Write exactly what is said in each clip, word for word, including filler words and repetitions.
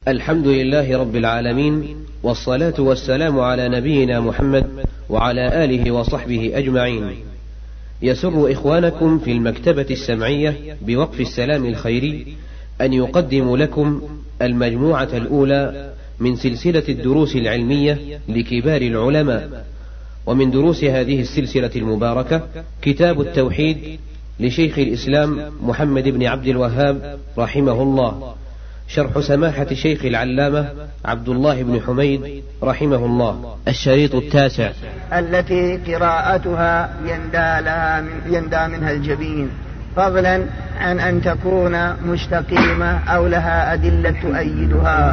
الحمد لله رب العالمين، والصلاة والسلام على نبينا محمد وعلى آله وصحبه أجمعين. يسر إخوانكم في المكتبة السمعية بوقف السلام الخيري أن يقدم لكم المجموعة الأولى من سلسلة الدروس العلمية لكبار العلماء، ومن دروس هذه السلسلة المباركة كتاب التوحيد لشيخ الإسلام محمد بن عبد الوهاب رحمه الله، شرح سماحة الشيخ العلامة عبد الله بن حميد رحمه الله، الشريط التاسع، التي قراءتها يندى, لها من يندى منها الجبين، فضلا عن أن تكون مستقيمة أو لها أدلة تؤيدها،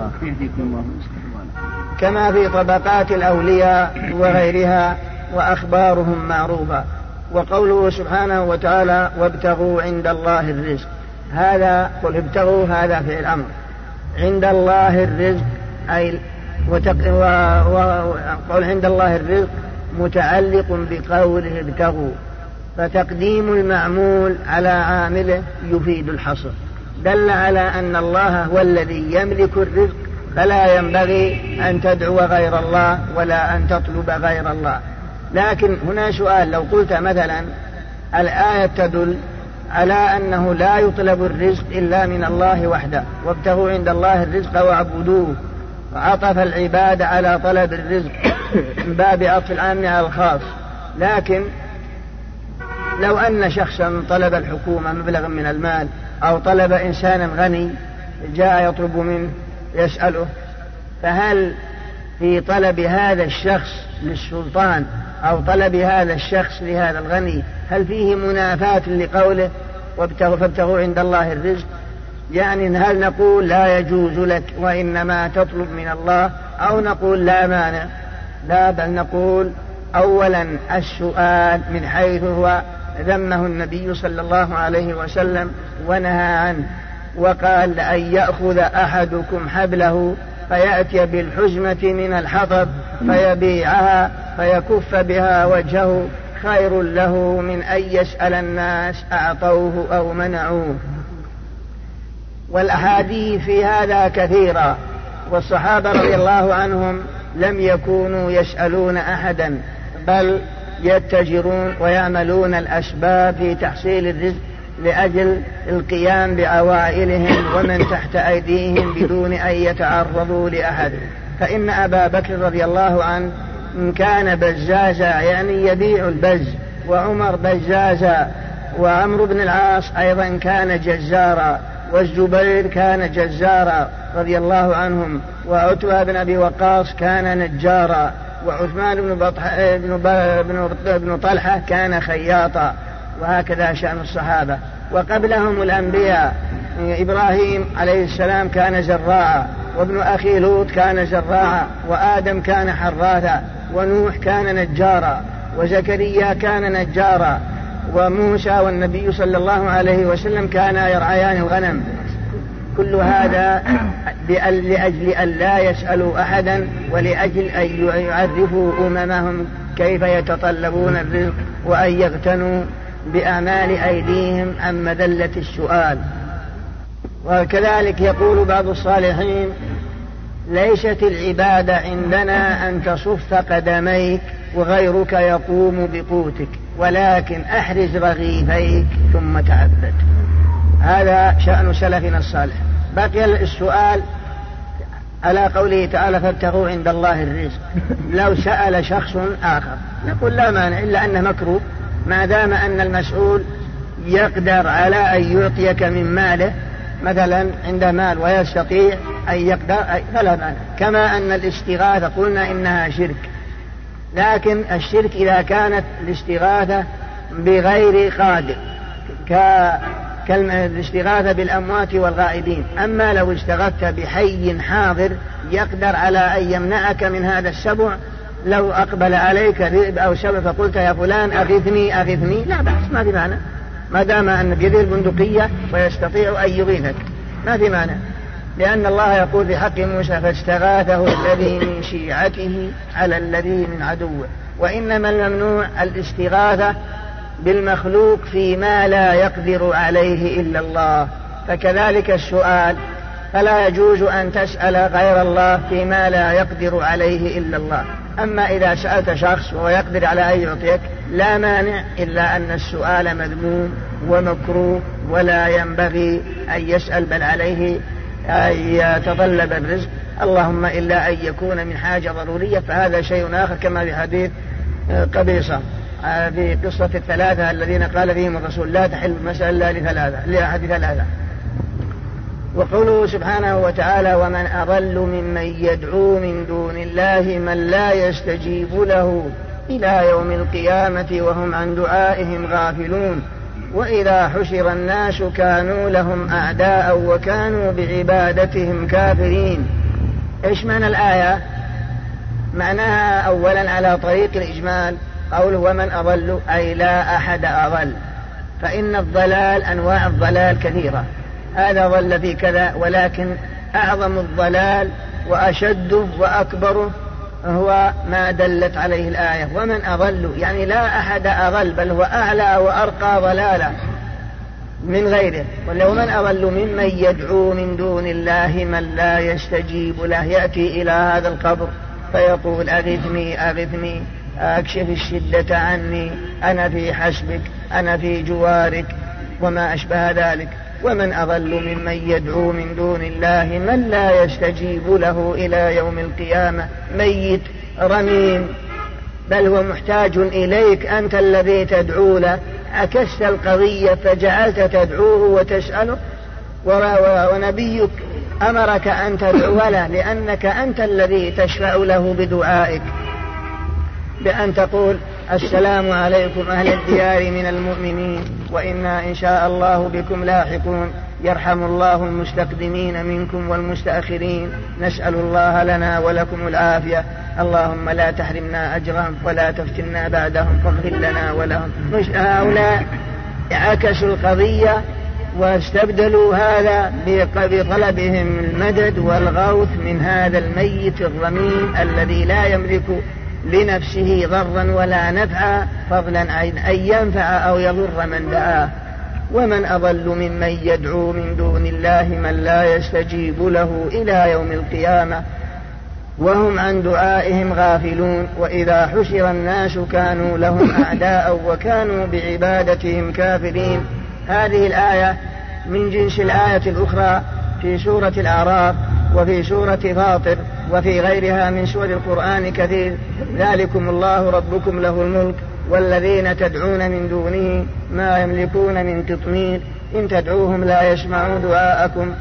كما في طبقات الأولياء وغيرها وأخبارهم معروفة. وقوله سبحانه وتعالى: وابتغوا عند الله الرزق، هذا قل ابتغوا هذا في الأمر، عند الله الرزق أي وقول عند الله الرزق متعلق بقوله ابتغوا، فتقديم المعمول على عامله يفيد الحصر، دل على أن الله هو الذي يملك الرزق، فلا ينبغي أن تدعو غير الله ولا أن تطلب غير الله. لكن هنا سؤال: لو قلت مثلا الآية تدل على أنه لا يطلب الرزق إلا من الله وحده، وابتغوا عند الله الرزق واعبدوه، وعطف العبادة على طلب الرزق من باب عطف العام على الخاص. لكن لو أن شخصا طلب الحكومة مبلغا من المال، أو طلب إنسانا غني جاء يطلب منه يسأله، فهل في طلب هذا الشخص للسلطان أو طلب هذا الشخص لهذا الغني هل فيه منافاة لقوله فابتغوا عند الله الرزق؟ يعني هل نقول لا يجوز لك وإنما تطلب من الله، أو نقول لا مانع؟ لا، بل نقول أولا السؤال من حيث هو ذمه النبي صلى الله عليه وسلم ونهى عنه، وقال: لأن يأخذ أحدكم حبله فيأتي بالحزمة من الحطب فيبيعها فيكف بها وجهه خير له من أن يسأل الناس أعطوه أو منعوه. والأحاديث في هذا كثيرة، والصحابة رضي الله عنهم لم يكونوا يسألون أحدا، بل يتجرون ويعملون الأسباب في تحصيل الرزق لأجل القيام بعوائلهم ومن تحت أيديهم بدون أن يتعرضوا لأحد. فإن أبا بكر رضي الله عنه كان بزازا، يعني يبيع البز، وعمر بزازا، وعمرو بن العاص أيضا كان جزارا، والزبير كان جزارا رضي الله عنهم، وعتبة بن أبي وقاص كان نجارا، وعثمان بن, بطح بن, بن, بن طلحة كان خياطا، وهكذا شأن الصحابة. وقبلهم الأنبياء، إبراهيم عليه السلام كان زراعا، وابن أخي لوط كان زراعا، وآدم كان حراثا، ونوح كان نجارا، وزكريا كان نجارا، وموسى والنبي صلى الله عليه وسلم كانا يرعيان الغنم. كل هذا لأجل أن لا يسألوا أحدا، ولأجل أن يعرفوا أممهم كيف يتطلبون الرزق، وأن يغتنوا بأعمال أيديهم عن مذلة السؤال. وكذلك يقول بعض الصالحين: ليست العبادة عندنا أن تصف قدميك وغيرك يقوم بقوتك، ولكن أحرز رغيفيك ثم تعبد. هذا شأن سلفنا الصالح. بقي السؤال على قوله تعالى: فابتغوا عند الله الرزق. لو سأل شخص آخر نقول لا مانع، إلا أنه مكروه، ما دام أن المسؤول يقدر على أن يعطيك من ماله، مثلا عنده مال ويستطيع أن يقدر فلا مانع. كما أن الاستغاثة قلنا إنها شرك، لكن الشرك إذا كانت الاستغاثة بغير قادر، كالاستغاثة بالأموات والغائبين. أما لو استغثت بحي حاضر يقدر على أن يمنعك من هذا السبع، لو أقبل عليك ذئب أو سبع فقلت: يا فلان أغثني أغثني، لا بأس، ما في معنى، ما دام أن بيده البندقية ويستطيع أن يغيثك، ما في معنى. لأن الله يقول في حق موسى: فاستغاثه الذي من شيعته على الذي من عدوه. وإنما الممنوع الاستغاثة بالمخلوق فيما لا يقدر عليه إلا الله. فكذلك السؤال فلا يجوز أن تسأل غير الله فيما لا يقدر عليه إلا الله. أما إذا سألت شخص وهو يقدر على أن يعطيك لا مانع، إلا أن السؤال مذموم ومكروه ولا ينبغي أن يسأل، بل عليه أن يتطلب الرزق، اللهم إلا أن يكون من حاجة ضرورية، فهذا شيء آخر، كما في حديث قبيصة في قصة الثلاثة الذين قال فيهم الرسول لا تحل المسألة إلا لثلاثة لأحد ثلاثة. وقوله سبحانه وتعالى ومن أضل ممن يدعو من دون الله من لا يستجيب له إلى يوم القيامة وهم عن دعائهم غافلون وإذا حشر الناس كانوا لهم أعداء وكانوا بعبادتهم كافرين. إيش معنى الآية؟ معناها أولا على طريق الإجمال قوله ومن أضل أي لا أحد أضل، فإن الضلال أنواع الضلال كثيرة، هذا ضل في كذا، ولكن أعظم الضلال وأشده وأكبره هو ما دلت عليه الآية ومن أضل، يعني لا أحد أضل، بل هو أعلى وأرقى ضلالا من غيره. ومن أضل ممن يدعو من دون الله من لا يستجيب له، يأتي إلى هذا القبر فيقول أغثني أغثني أكشف الشدة عني، أنا في حسبك، أنا في جوارك، وما أشبه ذلك. ومن أضل ممن يدعو من دون الله من لا يستجيب له إلى يوم القيامة، ميت رميم، بل هو محتاج إليك، أنت الذي تدعو له، عكست القضية فجعلت تدعوه وتسأله، ونبيك أمرك أن تدعو له لأنك أنت الذي تشفع له بدعائك، بأن تقول السلام عليكم أهل الديار من المؤمنين وإنا إن شاء الله بكم لاحقون، يرحم الله المستقدمين منكم والمستأخرين، نسأل الله لنا ولكم العافية، اللهم لا تحرمنا أجرهم ولا تفتنا بعدهم فاغفر لنا ولهم. مش هؤلاء عكسوا القضية واستبدلوا هذا بطلبهم المدد والغوث من هذا الميت الرميم الذي لا يملك لنفسه ضرا ولا نفعا، فضلا عن أن ينفع أو يضر من دعاه. ومن أضل ممن يدعو من دون الله من لا يستجيب له إلى يوم القيامة وهم عن دعائهم غافلون وإذا حشر الناس كانوا لهم أعداء وكانوا بعبادتهم كافرين. هذه الآية من جنس الآية الأخرى في سورة الأعراف وفي سورة فاطر وفي غيرها من سور القرآن كثير. ذلكم الله ربكم له الملك والذين تدعون من دونه ما يملكون من قطمير إن تدعوهم لا يسمعوا دعاءكم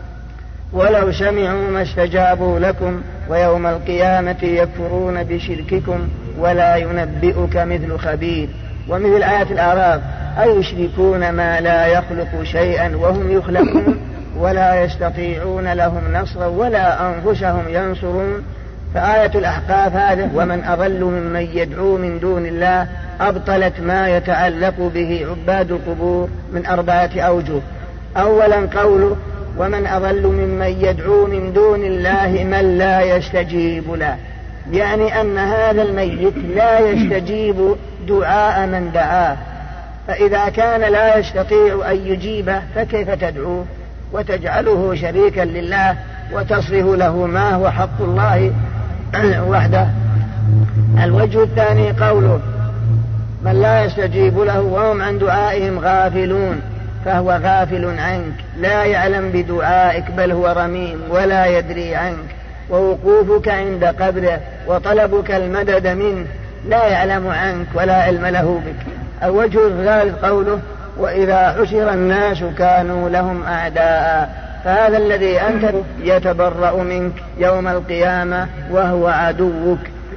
ولو سمعوا ما استجابوا لكم ويوم القيامة يكفرون بشرككم ولا ينبئك مثل خبير. ومثل آية الأعراف أيشركون ما لا يخلق شيئا وهم يخلقون ولا يستطيعون لهم نصرا ولا أنفسهم ينصرون. فآية الأحقاف هذه ومن أضل ممن يدعو من دون الله أبطلت ما يتعلق به عباد القبور من أربعة أوجه. أولا قوله ومن أضل ممن يدعو من دون الله من لا يستجيب له، يعني أن هذا الميت لا يستجيب دعاء من دعاه، فإذا كان لا يستطيع أن يجيبه فكيف تدعوه وتجعله شريكا لله وتصرف له ما هو حق الله وحده. الوجه الثاني قوله من لا يستجيب له وهم عن دعائهم غافلون، فهو غافل عنك، لا يعلم بدعائك بل هو رميم ولا يدري عنك، ووقوفك عند قبره وطلبك المدد منه لا يعلم عنك ولا علم له بك. الوجه الثالث قوله وإذا حشر الناس كانوا لهم أعداء، فهذا الذي أنت يتبرأ منك يوم القيامة وهو عدوك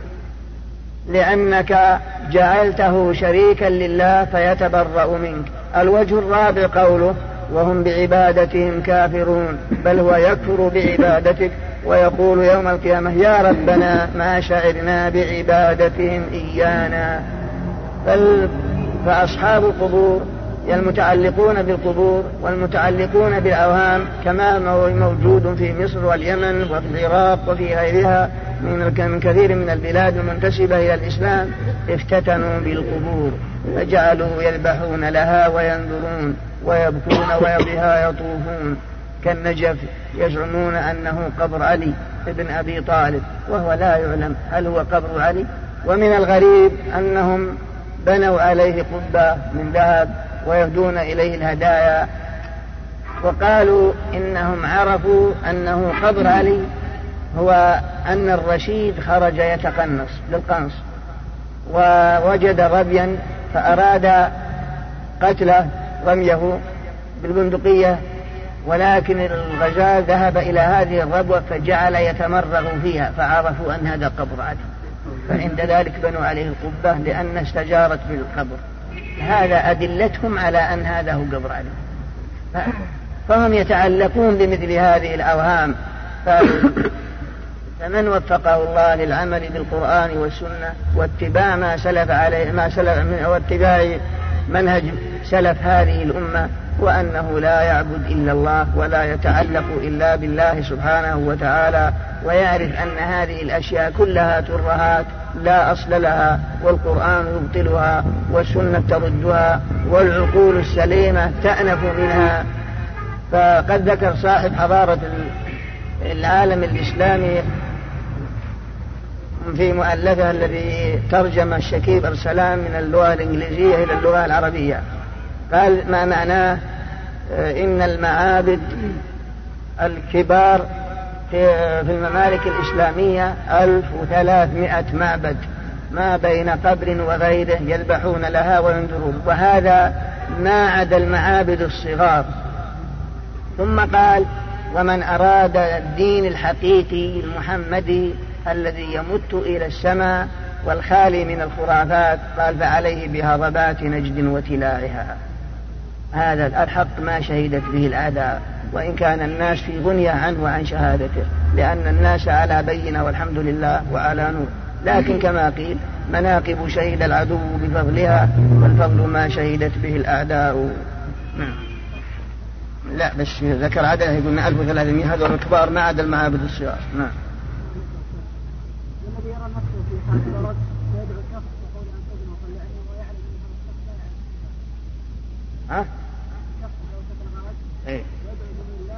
لأنك جعلته شريكا لله فيتبرأ منك. الوجه الرابع قوله وهم بعبادتهم كافرون، بل هو يكفر بعبادتك ويقول يوم القيامة يا ربنا ما شعرنا بعبادتهم إيانا. فأصحاب القبور المتعلقون بالقبور والمتعلقون بالأوهام كما هو موجود في مصر واليمن وفي العراق وفي غيرها من كثير من البلاد المنتسبة إلى الإسلام افتتنوا بالقبور فجعلوا يذبحون لها وينذرون ويبكون وبها يطوفون كالنجف يزعمون أنه قبر علي ابن أبي طالب، وهو لا يعلم هل هو قبر علي. ومن الغريب أنهم بنوا عليه قبة من ذهب ويهدون إليه الهدايا، وقالوا إنهم عرفوا أنه قبر علي هو أن الرشيد خرج يتقنص للقنص ووجد ربيا فأراد قتله رميه بالبندقية، ولكن الغزال ذهب إلى هذه الربوة فجعل يتمرغ فيها فعرفوا أن هذا قبر علي، فعند ذلك بنوا عليه القبة لأن استجارت بالقبر. هذا أدلتهم على أن هذا هو قبر علي، فهم يتعلقون بمثل هذه الأوهام. فمن وفقه الله للعمل بالقرآن والسنة واتباع ما سلف عليه ما سلف واتباع منهج سلف هذه الأمة، وأنه لا يعبد إلا الله ولا يتعلق إلا بالله سبحانه وتعالى، ويعرف أن هذه الأشياء كلها ترهات لا أصل لها، والقرآن يبطلها والسنة تردها والعقول السليمة تأنف منها. فقد ذكر صاحب حضارة العالم الإسلامي في مؤلفه الذي ترجم الشكيب أرسلان من اللغة الإنجليزية إلى اللغة العربية، قال ما معناه إن المعابد الكبار في الممالك الإسلامية ألف وثلاثمائة معبد ما بين قبر وغيره يذبحون لها وينذرون، وهذا ما عدا المعابد الصغار. ثم قال ومن أراد الدين الحقيقي المحمدي الذي يمت إلى السماء والخالي من الخرافات قال فعليه بهضبات نجد وتلاعها. هذا الحق ما شهدت به الأعداء، وإن كان الناس في غنية عنه وعن شهادته، لأن الناس على بينة والحمد لله وعلى نور، لكن كما قيل مناقب شهد العدو بفضلها والفضل ما شهدت به الأعداء. لا بس ذكر عدد يقولنا ألف وثلاثمائة هذول الكبار ما عدا المعابد الصغار. نعم. الذي يرى نفسه في حال الرد ويدعو الشخص يقول أن تبنى وصلي عليه ويعلم أنه الشخص لا يعلم. ها؟ الشخص لو سكن غرض إيه. ويدعو بدون الله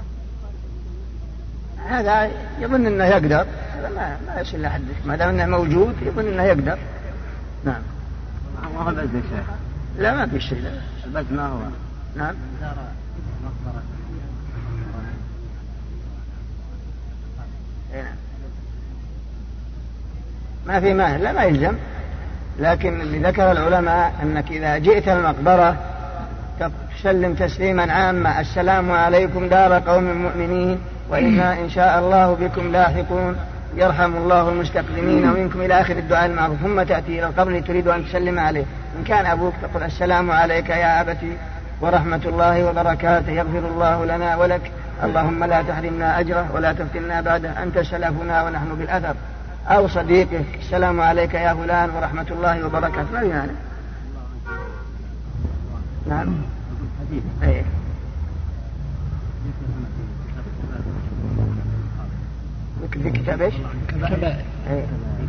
هذا يظن أنه يقدر، هذا ما ما يصل لحد، ما دام أنه موجود يظن أنه يقدر. نعم. ما هو البز يا شيخ؟ لا ما في شيء. البز ما هو؟ نعم. ما في مانع، لا ما يلزم، لكن اللي ذكر العلماء أنك إذا جئت المقبرة تسلم تسليما عاما السلام عليكم دار قوم مؤمنين وإنا إن شاء الله بكم لاحقون يرحم الله المستقدمين منكم إلى آخر الدعاء المعروف، ثم تأتي إلى القبر تريد أن تسلم عليه، إن كان أبوك تقول السلام عليك يا أبتي ورحمة الله وبركاته يغفر الله لنا ولك اللهم لا تحرمنا أجره ولا تفتنا بعده أنت سلفنا ونحن بالأثر، أو صديقك السلام عليك يا فلان ورحمة الله وبركاته، ما يعني. نعم. ايه. في كتاب ايش؟ كبائر. ايه.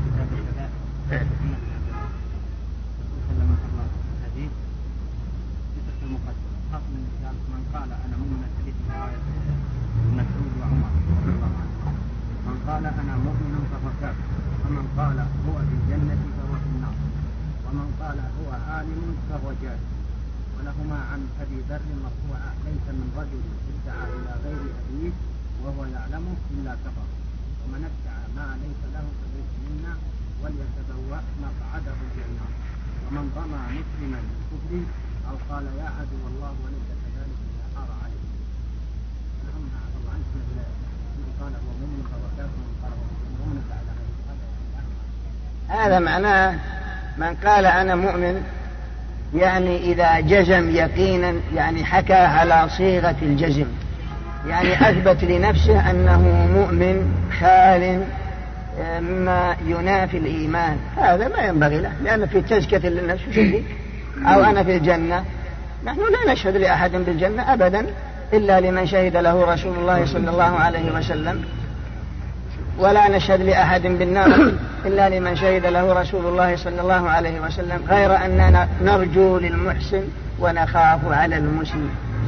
من قال أنا مؤمن حديث مسعود وعمر من قال أنا مؤمن فهو كافر، ومن قال هو في الجنة فهو في النار، ومن قال هو عالم فهو جاهل. ولهما عن أبي ذر مرفوعا ليس من رجل ادعى إلى غير أبيه وهو يعلمه إلا كفر، ومن ادعى ما ليس له فليس منا وليتبوأ مقعده من النار. ومن ضمى مسلما بالكفر أو قال يا عدو الله وليس كذلك أحار عليه. نعم الله عنك من قال هو مؤمن فهو كافر ومن قال هو مؤمن فعلى هذا معناه من قال أنا مؤمن يعني إذا جزم يقينا، يعني حكى على صيغة الجزم، يعني أثبت لنفسه أنه مؤمن خال مما ينافي الإيمان، هذا ما ينبغي له، لأن في تزكية للنفس شيء. أو أنا في الجنة، نحن لا نشهد لأحد بالجنة أبدا إلا لمن شهد له رسول الله صلى الله عليه وسلم، ولا نشهد لأحد بالنار إلا لمن شهد له رسول الله صلى الله عليه وسلم، غير أننا نرجو للمحسن ونخاف على المسيء.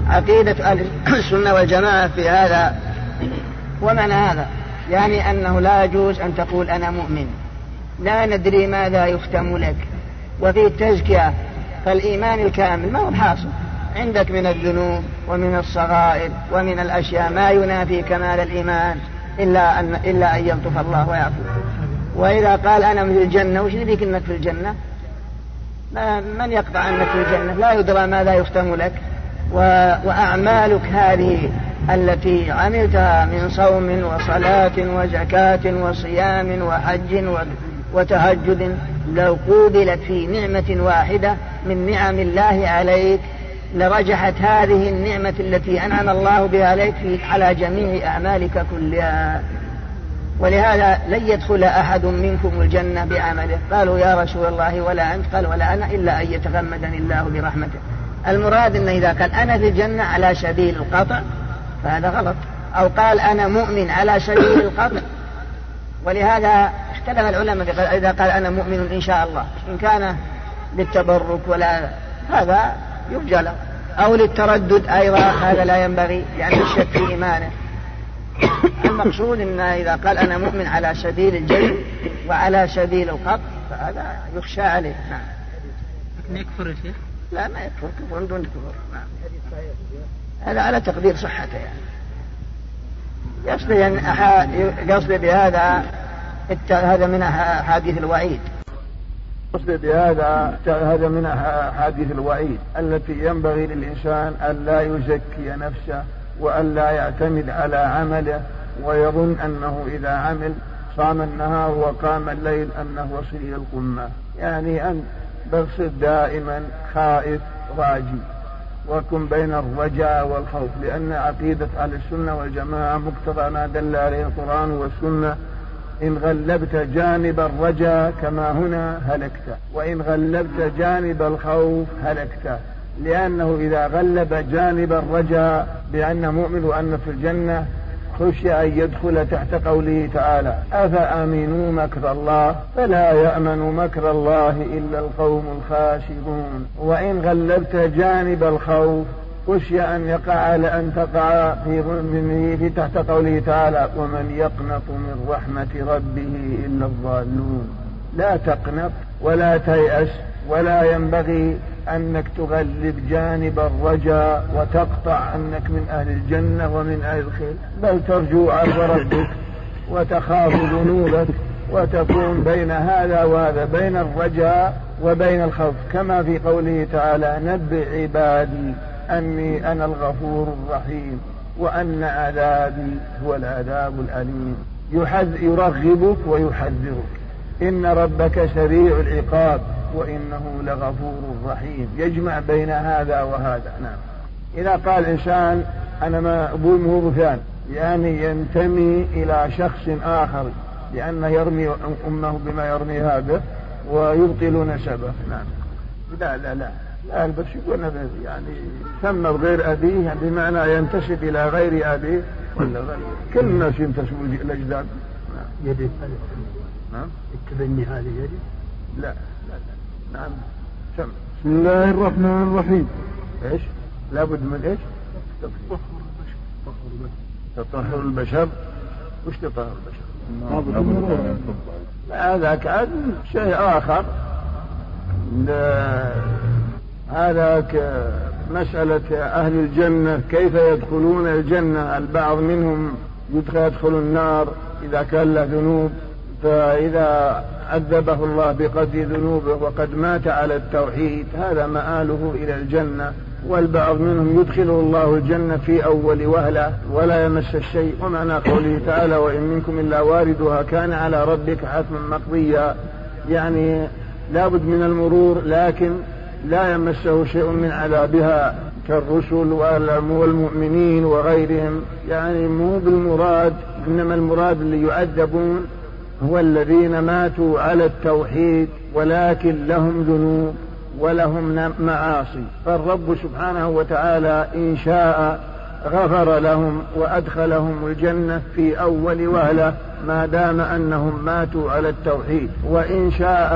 عقيدة أهل السنة والجماعة في هذا ومعنى هذا يعني أنه لا يجوز أن تقول أنا مؤمن لا ندري ماذا يختم لك. وفي التزكية فالإيمان الكامل ما هو حاصل عندك من الذنوب ومن الصغائر ومن الأشياء ما ينافي كمال الإيمان إلا أن, إلا أن يلطف الله ويعفو. وإذا قال أنا من الجنة وش يدريك أنك في الجنة؟ من يقطع أنك في الجنة؟ لا يدرى ماذا يختم لك. وأعمالك هذه التي عملتها من صوم وصلاة وزكاة وصيام وحج وتهجد لو قوبلت في نعمة واحدة من نعم الله عليك لرجحت هذه النعمة التي أنعم الله بها عليك على جميع أعمالك كلها. ولهذا لن يدخل أحد منكم الجنة بعمله. قالوا يا رسول الله ولا أنت؟ قال ولا أنا إلا أن يتغمدني الله برحمته. المراد أنه إذا قال أنا في الجنة على سبيل القطع فهذا غلط، أو قال أنا مؤمن على سبيل القطع. ولهذا اختلف العلماء إذا قال أنا مؤمن إن شاء الله إن كان للتبرك ولا هذا يرجى له، أو للتردد أيضا هذا لا ينبغي لأن الشك في إيمانه. المقصود أن إذا قال أنا مؤمن على سبيل الجلد وعلى سبيل القطع فهذا يخشى عليه. نعم. لكن يكفر يا شيخ؟ لا ما يكفر كفر دون كفر. نعم. هذا على تقدير صحته يعني. يصل يصل بهذا هذا من أحاديث الوعيد. يصل بهذا هذا من أحاديث الوعيد التي ينبغي للإنسان أن لا يزكي نفسه وأن لا يعتمد على عمله ويظن أنه إذا عمل صام النهار وقام الليل أنه وصل إلى القمة. يعني أن بصر دائما خائف راجي وكن بين الرجاء والخوف، لأن عقيدة أهل السنة والجماعة مقتضى ما دل عليه القرآن والسنة إن غلبت جانب الرجاء كما هنا هلكت، وإن غلبت جانب الخوف هلكت. لأنه إذا غلب جانب الرجاء بأن مؤمن وأن في الجنة خشي أن يدخل تحت قوله تعالى أفأمنوا مكر الله فلا يأمن مكر الله إلا القوم الخاسرون. وإن غلبت جانب الخوف خشي أن يقع على أن تقع في ظلمه في تحت قوله تعالى ومن يقنط من رحمة ربه إلا الضالون. لا تقنط ولا تيأس، ولا ينبغي أنك تغلب جانب الرجاء وتقطع أنك من أهل الجنة ومن أهل الخير، بل ترجو عفو ربك وتخاف ذنوبك وتكون بين هذا وهذا، بين الرجاء وبين الخوف، كما في قوله تعالى نبئ عبادي أني أنا الغفور الرحيم وأن عذابي هو العذاب الأليم. يرغبك ويحذرك إن ربك سريع العقاب وإنه لغفور رحيم، يجمع بين هذا وهذا. نعم. إذا قال إنسان أنا ما أبوي مو بفلان يعني ينتمي إلى شخص آخر لأنه يرمي أمه بما يرمي هذا ويبطل نسبه. نعم. لا لا لا لا بس يقول يعني سمى غير أبيه يعني بمعنى ينتسب إلى غير أبيه ولا غير كل الناس ينتسبوا الأجداد. نعم. يدي نعم. التبني هذه يدي لا لا لا. نعم. سم. بسم الله الرحمن الرحيم. إيش لابد من إيش تطهر البشر. وش تطهر البشر؟ هذا كان شيء آخر. هذا مسألة أهل الجنة كيف يدخلون الجنة. البعض منهم يدخل النار إذا كان له ذنوب، فإذا عذبه الله بقدر ذنوبه وقد مات على التوحيد هذا مآله إلى الجنة. والبعض منهم يدخله الله الجنة في أول وهلة ولا يمس الشيء. ومعنى قوله تعالى وإن منكم إلا واردها كان على ربك حتما مقضيا، يعني لابد من المرور لكن لا يمسه شيء من عذابها كالرسل والمؤمنين وغيرهم. يعني مو بالمراد، إنما المراد اللي يعذبون هو الذين ماتوا على التوحيد ولكن لهم ذنوب ولهم معاصي، فالرب سبحانه وتعالى إن شاء غفر لهم وأدخلهم الجنة في أول وهلة ما دام أنهم ماتوا على التوحيد، وإن شاء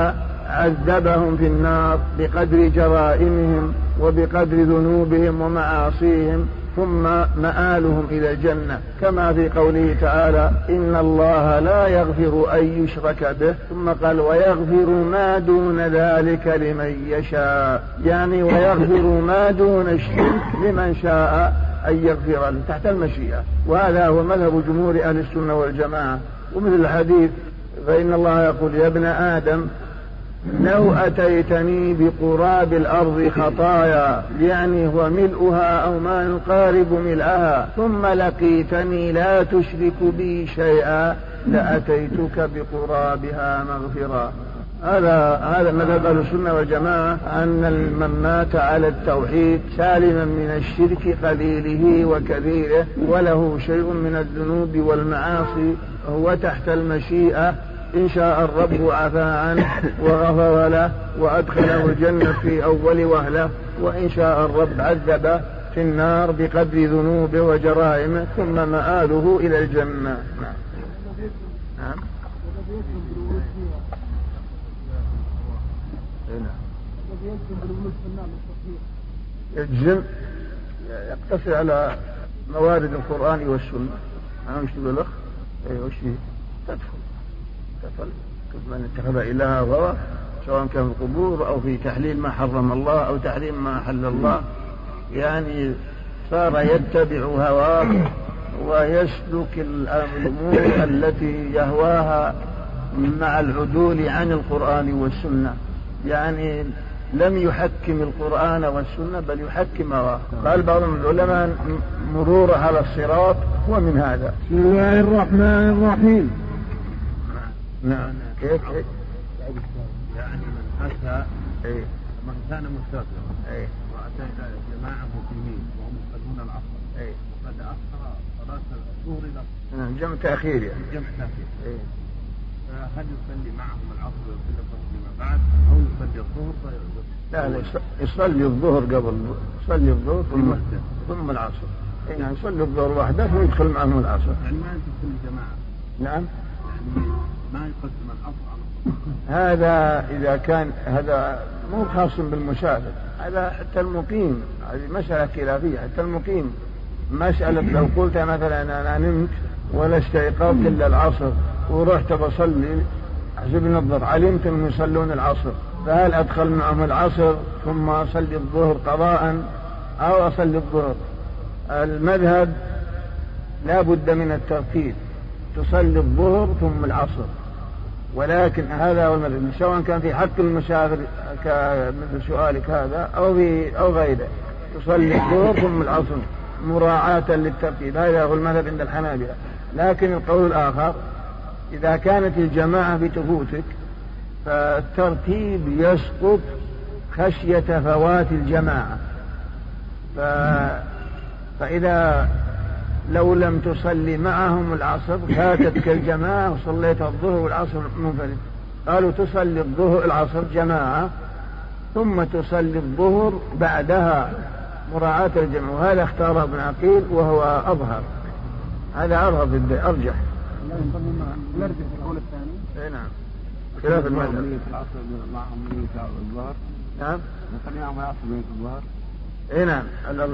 عذبهم في النار بقدر جرائمهم وبقدر ذنوبهم ومعاصيهم، ثم مآلهم إلى الجنة، كما في قوله تعالى إن الله لا يغفر أن يشرك به، ثم قال ويغفر ما دون ذلك لمن يشاء، يعني ويغفر ما دون الشرك لمن شاء أن يغفر له تحت المشيئة. وهذا هو مذهب جمهور أهل السنة والجماعة. ومثل الحديث فإن الله يقول يا ابن آدم لو أتيتني بقراب الأرض خطايا، يعني هو ملؤها أو ما يقارب ملئها، ثم لقيتني لا تشرك بي شيئا لأتيتك بقرابها مغفرا. هذا هذا مذهب أهل السنة والجماعة، أن من مات على التوحيد سالما من الشرك قليله وكبيره وله شيء من الذنوب والمعاصي هو تحت المشيئة، إن شاء الرب عفى عنه وغفر له وأدخله الجنة في أول وهلة، وإن شاء الرب عذبه في النار بقدر ذنوبه وجرائمه، ثم مآله إلى الجنة. نعم. يجزم يقتصر على موارد القرآن والسنة. أنا مش تقول لك إيه وش تدخل تدخل من اتخذ إلها هو، سواء كان في القبور أو في تحليل ما حرم الله أو تحريم ما حل الله، يعني صار يتبع هواه ويسلك الأمور التي يهواها مع العدول عن القرآن والسنة، يعني لم يحكم القرآن والسنة بل يحكم هواه. قال بعض العلماء مرور على الصراط ومن هذا. بسم الله الرحمن الرحيم. نعم. كيف يعني من أتى إيه من كان مستغفرا إيه وأتى إلى جماعة مسلمين وهم يصلون العصر إيه وقد أخر صلاة الظهر إلى نعم جمع تأخير يعني جمع تأخير إيه هل يصلي معهم العصر ويصلي فيما بعد أو يصلي الظهر؟ لا لا يصلي الظهر قبل يصلي الظهر ثم ثم العصر. يعني يصلي الظهر وحده ثم يدخل معهم العصر. يعني ما يدخل الجماعة. نعم. يعني ما يقدم العصر على الظهر. هذا إذا كان هذا مو خاص بالمسافر، هذا حتى المقيم، هذه مسألة خلافية. حتى المقيم مسألة لو قلت مثلا أنا نمت ولا استيقظت إلا العصر ورحت بصلي حسب الظهر، علمت أنهم يصلون العصر، فهل أدخل معهم العصر ثم أصلي الظهر قضاء أو أصلي الظهر؟ المذهب لا بد من الترتيب، تصلي الظهر ثم العصر، ولكن هذا هو المذهب سواء كان في حق المسافر مثل سؤالك هذا أو في أو غيره، تصلي الظهر ثم العصر مراعاة للترتيب. هذا هو المذهب عند الحنابلة. لكن القول الآخر إذا كانت الجماعة بتفوتك فالترتيب يسقط خشية فوات الجماعة، ف... فإذا لو لم تصلي معهم العصر فاتتك الجماعة وصليت الظهر والعصر منفرد، قالوا تصلي الظهر العصر جماعة ثم تصلي الظهر بعدها مراعاة الجمع، وهذا اختاره ابن عقيل وهو أظهر، هذا أرغب أرجح. نرجع في القول الثاني. اي نعم. خلاف المذهب. العصر معهم نية الظهر. نعم. نصلي معهم العصر نية الظهر. اي نعم.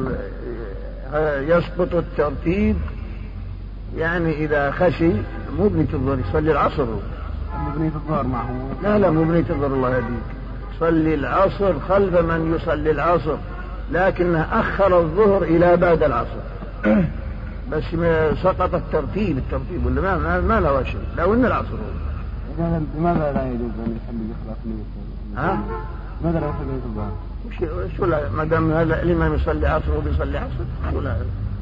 يسقط الترتيب، يعني إذا خشي مو بنية الظهر يصلي العصر. بنية الظهر معهم. لا لا مو بنية الظهر الله يهديك، صلي العصر خلف من يصلي العصر، لكنه أخر الظهر إلى بعد العصر بس سقط الترتيب الترتيب ولا ما ما له شيء، لو إن العصر هو. لماذا لا يجوز أن يصلي بإخلاص نية؟ ها؟ ماذا لا يصلي نية الظهر؟ وش شو لا ما دام هذا الإمام يصلي عصر وبيصلي عصر شو لا؟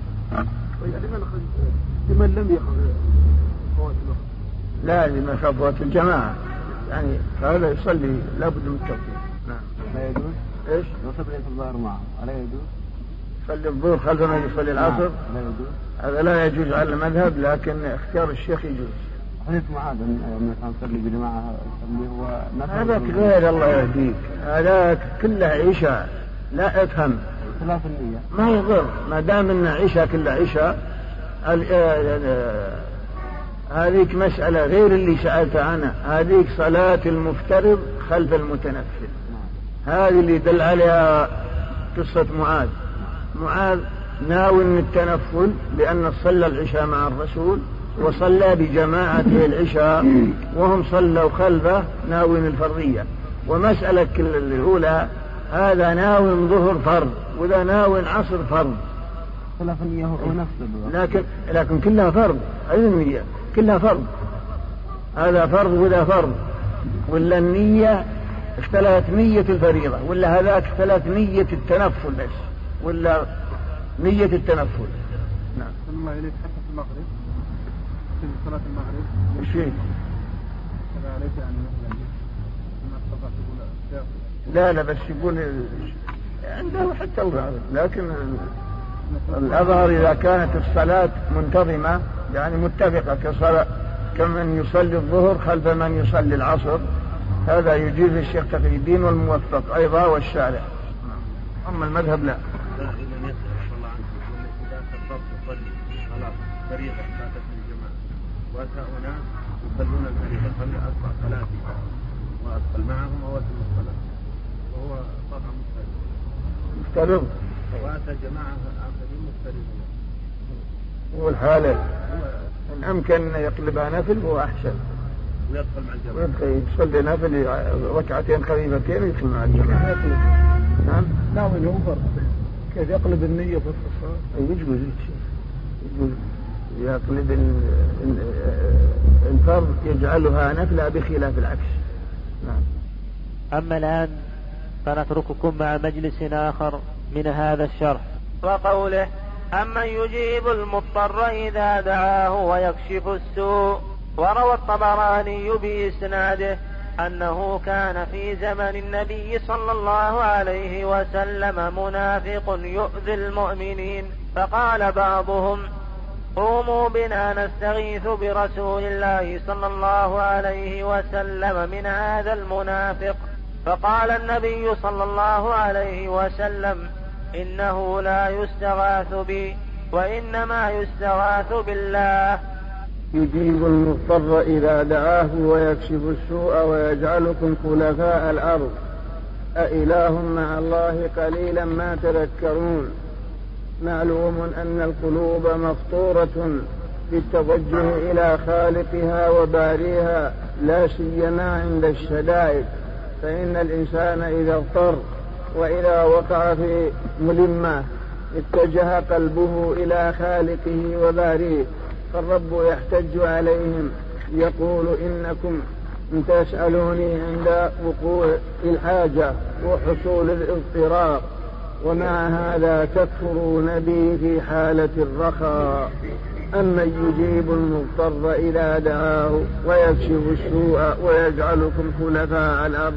لمن لم يخرج فوات الوقت. لا لمن خاف فوات الجماعة، يعني هذا يصلي لابد من الترتيب. نعم. لا يجوز. إيش؟ يصلي الظهر معه، ألا يجوز؟ يصلي الظهر خلف من يصلي العصر. لا يجوز. هذا لا يجوز على المذهب، لكن اختيار الشيخ يجوز. حديث معاذ أن يصلي بجماعة يصلي هو هذاك غير الله يهديك، هذاك كله عشاء لا افهم. خلاف النية. ما يضر ما دام ان عشاء كله عشاء. هذيك مسألة غير اللي سألت عنها، هذيك صلاة المفترض خلف المتنفل، هذه اللي دل عليها قصة معاذ. معاذ ناوي التنفل لأن صلى العشاء مع الرسول وصلى بجماعة العشاء وهم صلوا خلفه ناوي الفرضية. ومسألة الأولى هذا ناوي ظهر فرض وذا ناوي عصر فرض، لكن لكن كلها فرض، أي كلها فرض، هذا فرض وذا فرض، ولا النية اختلفت نية الفريضة، ولا هذاك اختلفت نية التنفل بس، ولا نية التنفل. نعم. الله إليك حتى في المغرب، في صلاة المغرب. وش فيه؟ هذا عليك يعني مثلا ما استطعت تقول لا لا بس يقول عنده حتى الظاهر، لكن الأظهر إذا كانت الصلاة منتظمة يعني متفقة كصلاة كمن يصلي الظهر خلف من يصلي العصر، هذا يجيز الشيخ تقي الدين والموفق أيضا والشارع. أما المذهب لا. فريضة فاتت الجماعة وأتى أناس يصلون الفريضة صلى أربع صلاتي وأدخل معهم أوتم الصلاة وهو طبعا مفترض مفترض وأتى جماعة آخرين مفترضين، هو الحالة إن أمكن يقلبها نفل هو أحسن ويدخل مع الجماعة، ويدخل يصلي نفل ركعتين خفيفتين ويدخل مع الجماعة. نعم ناوي له فرض كيف يقلب النية في الصلاة؟ يجوز يجوز يقلب الفرض يجعلها نفلة بخلاف العكس. نعم. أما الآن فنترككم مع مجلس آخر من هذا الشرح. وقوله أمن يجيب المضطر إذا دعاه ويكشف السوء. وروى الطبراني بإسناده أنه كان في زمن النبي صلى الله عليه وسلم منافق يؤذي المؤمنين، فقال بعضهم قوموا بنا نستغيث برسول الله صلى الله عليه وسلم من هذا المنافق. فقال النبي صلى الله عليه وسلم إنه لا يستغاث بي وإنما يستغاث بالله. يجيب المضطر إذا دعاه ويكشف السوء ويجعلكم خلفاء الأرض أإله مع الله قليلا ما تذكرون. معلوم أن القلوب مفطورة بالتوجه إلى خالقها وباريها لا سيما عند الشدائد، فإن الإنسان إذا اضطر وإذا وقع في ملمة اتجه قلبه إلى خالقه وباريه، فالرب يحتج عليهم يقول إنكم تسألوني عند وقوع الحاجة وحصول الاضطرار، ومع هذا تكفرون بي في حالة الرخاء. أما يجيب المضطر إذا دعاه ويكشف السوء ويجعلكم خلفاء الأرض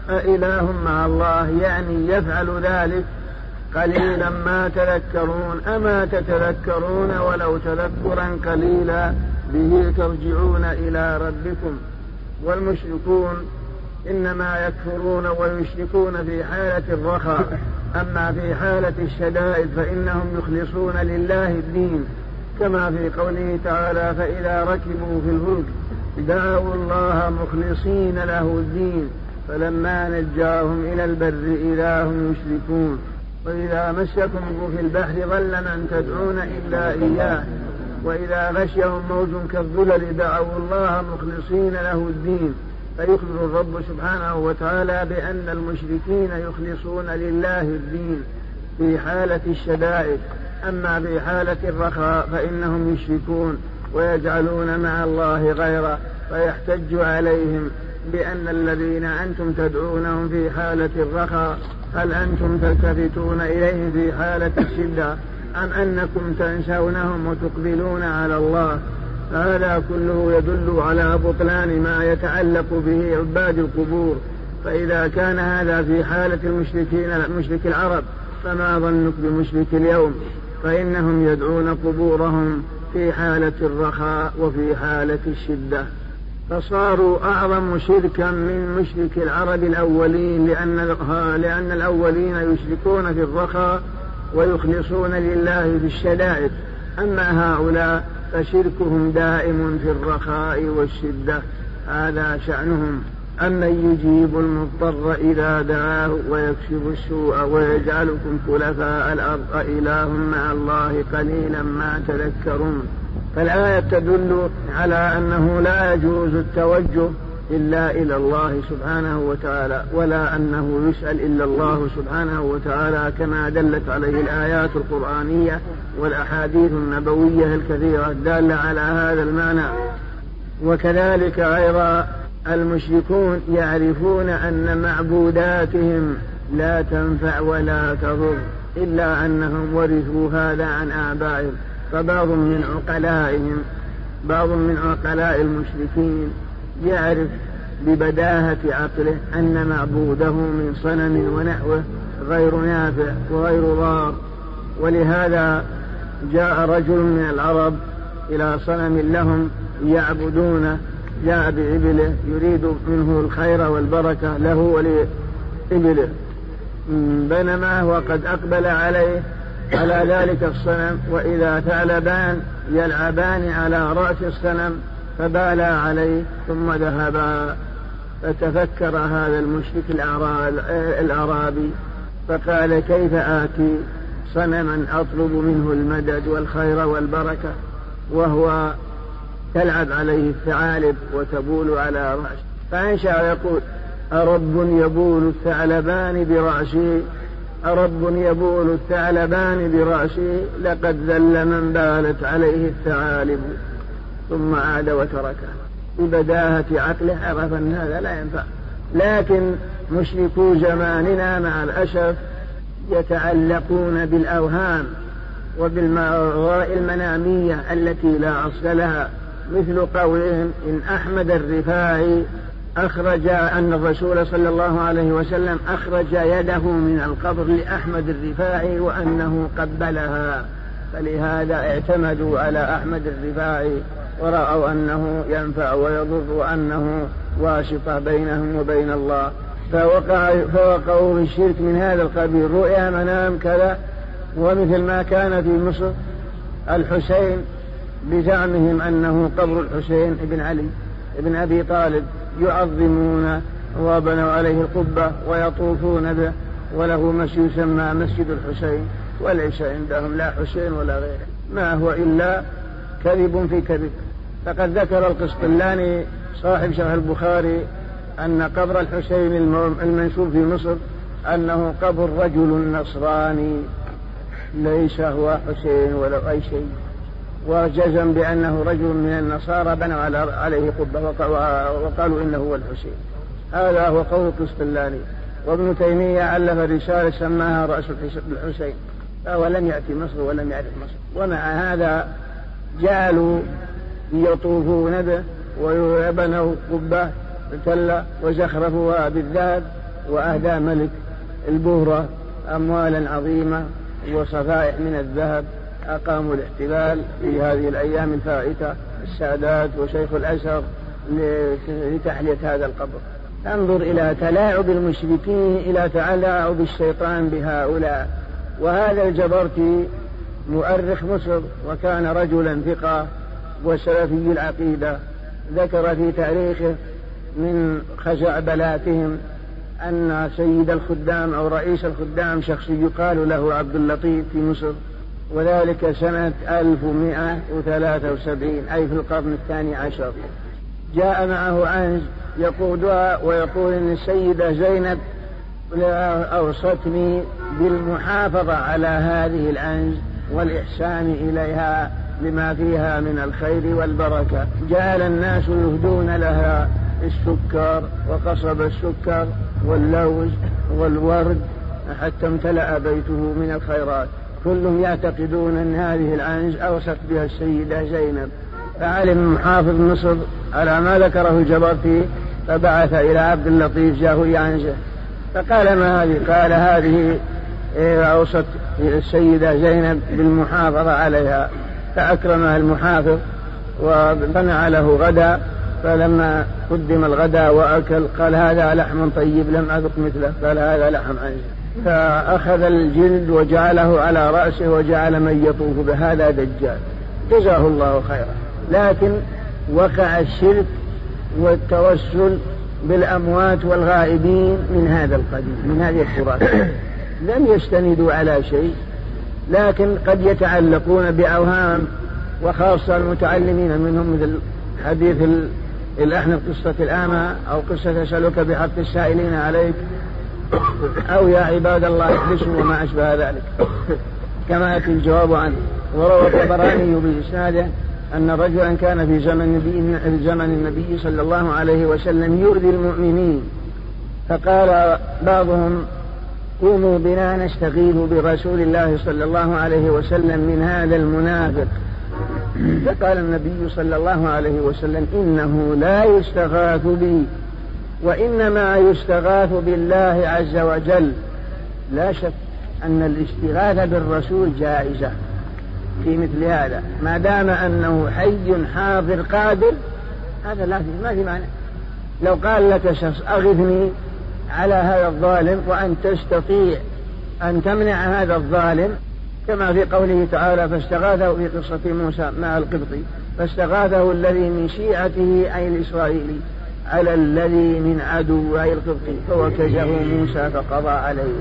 أإله مع الله، يعني يفعل ذلك قليلا ما تذكرون. أما تتذكرون ولو تذكرا قليلا به ترجعون إلى ربكم. والمشركون إنما يكفرون ويشركون في حالة الرخاء، أما في حالة الشدائد فإنهم يخلصون لله الدين، كما في قوله تعالى فإذا ركبوا في الفلك دعوا الله مخلصين له الدين فلما نجاهم إلى البر إذا هم يشركون. وإذا مسكم في البحر ظل من تدعون إلا إياه وإذا غشيهم موج كالظلل دعوا الله مخلصين له الدين. فيخبر الرب سبحانه وتعالى بأن المشركين يخلصون لله الدين في حالة الشدائد، أما في حالة الرخاء فإنهم يشركون ويجعلون مع الله غيره، فيحتج عليهم بأن الذين أنتم تدعونهم في حالة الرخاء هل أنتم تلتفتون إليهم في حالة الشدة أم أنكم تنسونهم وتقبلون على الله؟ هذا كله يدل على بطلان ما يتعلق به عباد القبور. فإذا كان هذا في حالة المشركين مشرك العرب فما ظنك بمشرك اليوم، فإنهم يدعون قبورهم في حالة الرخاء وفي حالة الشدة، فصاروا أعظم شركا من مشرك العرب الأولين، لأن, لأن الأولين يشركون في الرخاء ويخلصون لله في الشدائد، أما هؤلاء فشركهم دائم في الرخاء والشدة، هذا شأنهم. أمن يجيب المضطر إذا دعاه ويكشف السوء ويجعلكم خلفاء الأرض أإله مع الله قليلا ما تذكرون. فالآية تدل على أنه لا يجوز التوجه إلا إلى الله سبحانه وتعالى، ولا أنه يسأل إلا الله سبحانه وتعالى، كما دلت عليه الآيات القرآنية والأحاديث النبوية الكثيرة الدالة على هذا المعنى. وكذلك أيضا المشركون يعرفون أن معبوداتهم لا تنفع ولا تضر، إلا أنهم ورثوا هذا عن آبائهم. فبعض من عقلائهم بعض من عقلاء المشركين يعرف ببداهة عقله أن معبوده من صنم ونحوه غير نافع وغير ضار، ولهذا جاء رجل من العرب إلى صنم لهم يعبدونه، جاء بعبله يريد منه الخير والبركة له ولإبله، بينما هو قد أقبل عليه على ذلك الصنم، وإذا ثعلبان يلعبان على رأس الصنم فبالا عليه ثم ذهبا. فتفكر هذا المشرك الأعرابي فقال: كيف آتي صنما أطلب منه المدد والخير والبركة وهو تلعب عليه الثعالب وتبول على رأسه؟ فأنشأ يقول: أرب يبول الثعلبان برأسي أرب يبول الثعلبان برأسي لقد ذل من بالت عليه الثعالب. ثم عاد وتركه. ببداهة عقله عرف أن هذا لا ينفع. لكن مشركو زماننا مع الأسف يتعلقون بالأوهام وبالمغاء المنامية التي لا أصل لها، مثل قولهم إن أحمد الرفاعي أخرج أن الرسول صلى الله عليه وسلم أخرج يده من القبر لأحمد الرفاعي وأنه قبلها، فلهذا اعتمدوا على أحمد الرفاعي ورأوا أنه ينفع ويضر وأنه واسطة بينهم وبين الله، فوقع فوقعوا في الشرك من هذا القبيل. رؤيا منام كذا. ومثل ما كان في مصر الحسين بزعمهم أنه قبر الحسين ابن علي ابن أبي طالب، يعظمون وبنوا عليه القبة ويطوفون به، وله مسجد يسمى مسجد الحسين، وليس عندهم لا حسين ولا غيره، ما هو إلا كذب في كذب. فقد ذكر القسطلاني صاحب شرح البخاري أن قبر الحسين المنشور في مصر أنه قبر رجل نصراني ليس هو حسين ولا أي شيء، وجزم بأنه رجل من النصارى بنوا عليه قبة وقالوا إنه هو الحسين. هذا هو قول القسطلاني. وابن تيمية ألف رسالة سماها رأس الحسين، فهو لم يأتي مصر ولم يعرف مصر، ومع هذا جعلوا يطوفون به ويبنوا قبة تلة وزخرفوها بالذهب، وأهدى ملك البهرة أموالا عظيمة وصفائح من الذهب. أقاموا الاحتفال في هذه الأيام الفائتة السادات وشيخ الأزهر لتحلية هذا القبر. انظر إلى تلاعب المشركين، إلى تلاعب الشيطان بهؤلاء. وهذا الجبرتي مؤرخ مصر وكان رجلا ثقة وسلفي العقيدة، ذكر في تاريخه من خزعبلاتهم أن سيد الخدام أو رئيس الخدام شخص يقال له عبد اللطيف في مصر، وذلك سنة ألف ومائة وثلاثة وسبعين أي في القرن الثاني عشر. جاء معه عنز يقودها ويقول إن السيدة زينب أوصتني بالمحافظة على هذه العنز والإحسان إليها لما فيها من الخير والبركة. جعل الناس يهدون لها السكر وقصب السكر واللوز والورد حتى امتلأ بيته من الخيرات. كلهم يعتقدون أن هذه العنز أوصت بها السيدة زينب. فعلم محافظ مصر على ما ذكره الجبرتي، فبعث إلى عبد اللطيف جاهوي عنزه فقال: ما هذه؟ قال: هذه أوصت السيدة زينب بالمحافظة عليها. فأكرمها المحافظ وصنع له غدا، فلما قدم الغداء وأكل قال: هذا لحم طيب لم أذق مثله. قال: هذا لحم عنز. فأخذ الجلد وجعله على رأسه وجعل من يطوف بهذا دجال. جزاه الله خيرا. لكن وقع الشرك والتوسل بالأموات والغائبين من هذا القبيل، من هذه التراث، لم يستندوا على شيء، لكن قد يتعلقون بأوهام، وخاصة المتعلمين منهم مثل حديث الأحنف قصة الأعمى، أو قصة أسألك بحق السائلين عليك، أو يا عباد الله احبسوا وما أشبه ذلك، كما يأتي الجواب عنه. وروى الطبراني بإسناده أن رجلا كان في زمن النبي, في زمن النبي صلى الله عليه وسلم يؤذي المؤمنين، فقال بعضهم قوموا بنا نستغيث برسول الله صلى الله عليه وسلم من هذا المنافق. فقال النبي صلى الله عليه وسلم إنه لا يستغاث بي وإنما يستغاث بالله عز وجل. لا شك أن الاستغاثة بالرسول جائزة في مثل هذا، ما دام أنه حي حاضر قادر، هذا لا ما في معنى. لو قال لك شخص أغثني على هذا الظالم وأن تستطيع أن تمنع هذا الظالم، كما في قوله تعالى فاستغاثه في قصة موسى مع القبطي، فاستغاثه الذي من شيعته أي الإسرائيلي على الذي من عدو أي القبطي فوكزه موسى فقضى عليه.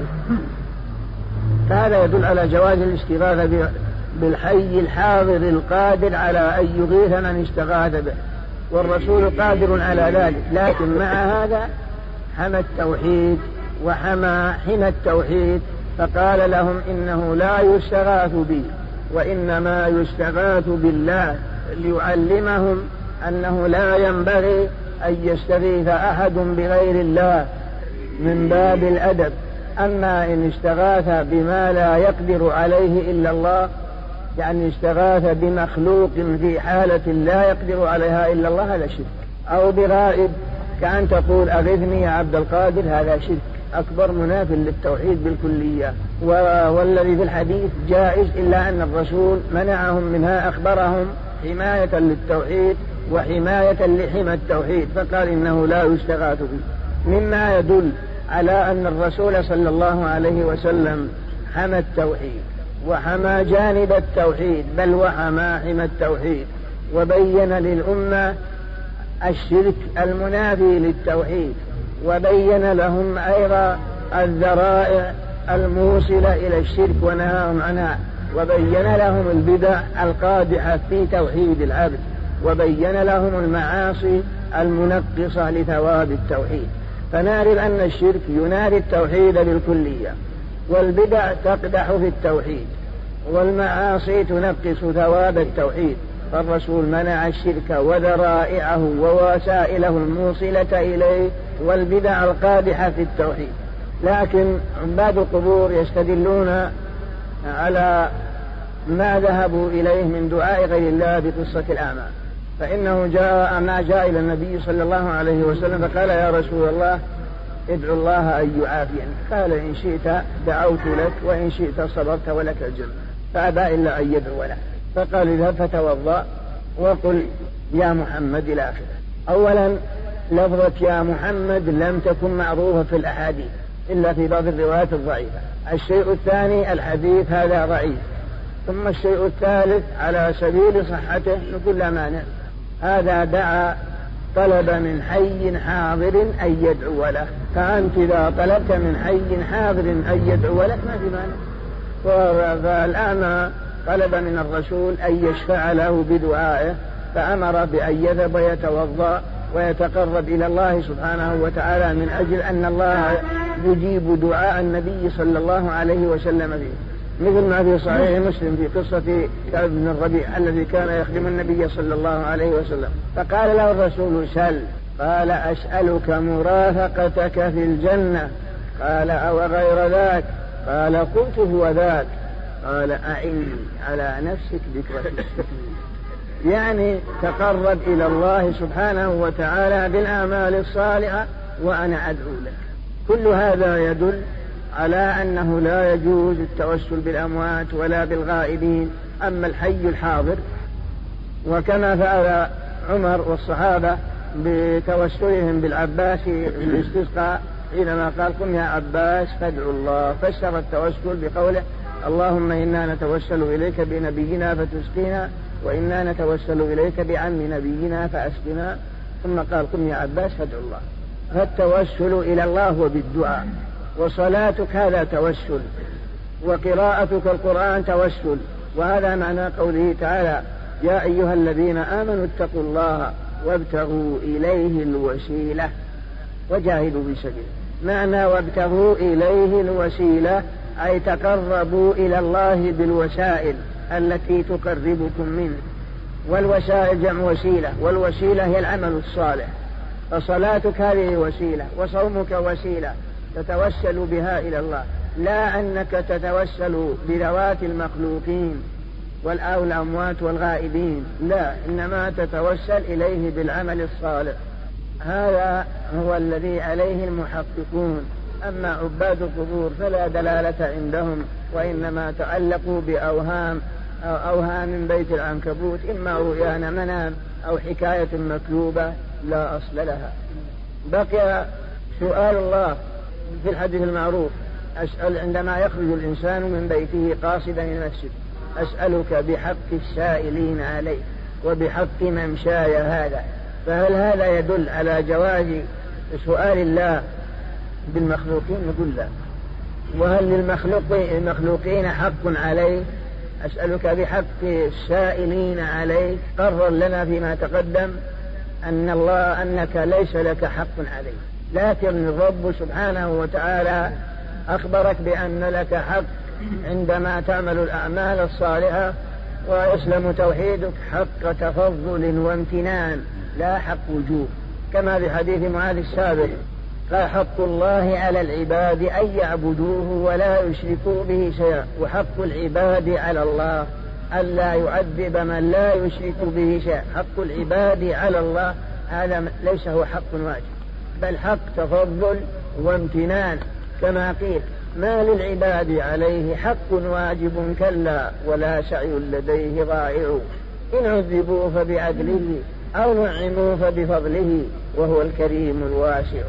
فهذا يدل على جواز الاستغاثة بالحي الحاضر القادر على أن يغيث من استغاث به، والرسول قادر على ذلك. لكن مع هذا حمى التوحيد وحمى حمى التوحيد، فقال لهم إنه لا يستغاث بي وإنما يستغاث بالله، ليعلمهم أنه لا ينبغي أن يستغيث أحد بغير الله من باب الأدب. أما إن استغاث بما لا يقدر عليه إلا الله، يعني استغاث بمخلوق في حالة لا يقدر عليها إلا الله، هذا شرك. أو بغائب كأن تقول أغثني يا عبد القادر، هذا شرك أكبر مناف للتوحيد بالكلية. والذي في الحديث جائز، إلا أن الرسول منعهم منها، أخبرهم حماية للتوحيد وحماية لحمى التوحيد، فقال إنه لا يستغاث به، مما يدل على أن الرسول صلى الله عليه وسلم حمى التوحيد وحمى جانب التوحيد، بل وحمى حمى التوحيد، وبين للأمة الشرك المنافي للتوحيد، وبين لهم أيضا الذرائع الموصلة إلى الشرك ونهاهم عنها، وبين لهم البدع القادحة في توحيد العبد، وبين لهم المعاصي المنقصة لثواب التوحيد. فنعرف أن الشرك ينافي التوحيد بالكلية، والبدع تقدح في التوحيد، والمعاصي تنقص ثواب التوحيد. فالرسول منع الشرك وذرائعه ووسائله الموصلة إليه والبدع القادحة في التوحيد. لكن عباد القبور يستدلون على ما ذهبوا إليه من دعاء غير الله بقصة الأعمى، فإنه جاء ما جاء إلى النبي صلى الله عليه وسلم فقال يا رسول الله ادعو الله أن يعافيني، قال إن شئت دعوت لك وإن شئت صبرت ولك الجنة، فأبى إلا أن يدعو له. فقال اذهب فتوضأ وقل يا محمد إلى آخره. أولا لفظة يا محمد لم تكن معروفة في الأحاديث إلا في بعض الروايات الضعيفة. الشيء الثاني الحديث هذا ضعيف. ثم الشيء الثالث على سبيل صحته نقول لا مانع، هذا دعا طلب من حي حاضر أن يدعو له، فأنت إذا طلبت من حي حاضر أن يدعو لك ما في مانع. فالأعمى طلب من الرسول أن يشفع له بدعائه، فأمر بأن يذهب ويتوضأ ويتقرب إلى الله سبحانه وتعالى من أجل أن الله يجيب دعاء النبي صلى الله عليه وسلم فيه، مثل ما في صحيح مسلم في قصة كعب بن الربيع الذي كان يخدم النبي صلى الله عليه وسلم. فقال له الرسول سل، قال أسألك مرافقتك في الجنة، قال أو غير ذاك، قال قلت هو ذاك، قال أعني على نفسك بكرة التكبير، يعني تقرب إلى الله سبحانه وتعالى بالأعمال الصالحة وأنا أدعو لك. كل هذا يدل على أنه لا يجوز التوسل بالأموات ولا بالغائبين. أما الحي الحاضر، وكما فعل عمر والصحابة بتوسلهم بالعباس في الاستسقاء حينما قال قم يا عباس فادعوا الله، فسر التوسل بقوله اللهم إنا نتوسل إليك بنبينا فتسقينا وإنا نتوسل إليك بعم نبينا فأسقنا. ثم قال قم يا عباس فادعو الله. فالتوسل إلى الله هو بالدعاء، وصلاتك هذا توسل، وقراءتك القرآن توسل. وهذا معنى قوله تعالى يا أيها الذين آمنوا اتقوا الله وابتغوا إليه الوسيلة وجاهدوا في سبيله. معنى وابتغوا إليه الوسيلة أي تقربوا إلى الله بالوسائل التي تقربكم منه، والوسائل جمع وسيلة، والوسيلة هي العمل الصالح. فصلاتك هذه وسيلة، وصومك وسيلة تتوسل بها إلى الله، لا أنك تتوسل بذوات المخلوقين والأموات والغائبين، لا، إنما تتوسل إليه بالعمل الصالح. هذا هو الذي عليه المحققون. أما عباد القبور فلا دلالة عندهم، وإنما تعلقوا بأوهام أو أوهام من بيت العنكبوت، إما رؤيان منام أو حكاية مكتوبة لا أصل لها. بقي سؤال الله في الحديث المعروف أسأل عندما يخرج الإنسان من بيته قاصدا إلى المسجد أسألك بحق السائلين عليه وبحق ممشاي هذا. فهل هذا يدل على جواز سؤال الله بالمخلوقين؟ نقول لا. وهل للمخلوقين حق عليه؟ أسألك بحق السائلين عليه. قرر لنا فيما تقدم أن الله أنك ليس لك حق عليه، لكن الرب سبحانه وتعالى أخبرك بأن لك حق عندما تعمل الأعمال الصالحة ويسلم توحيدك حق تفضل وامتنان لا حق وجوب، كما في حديث معاذ السابق قال حق الله على العباد أن يعبدوه ولا يشركوا به شيئا، وحق العباد على الله ألا يعذب من لا يشرك به شيئا. حق العباد على الله هذا ليس هو حق واجب، بل حق تفضل وامتنان، كما قيل ما للعباد عليه حق واجب كلا ولا سعي لديه ضائع، إن عذبوا فبعدله أو نعموا فبفضله وهو الكريم الواسع.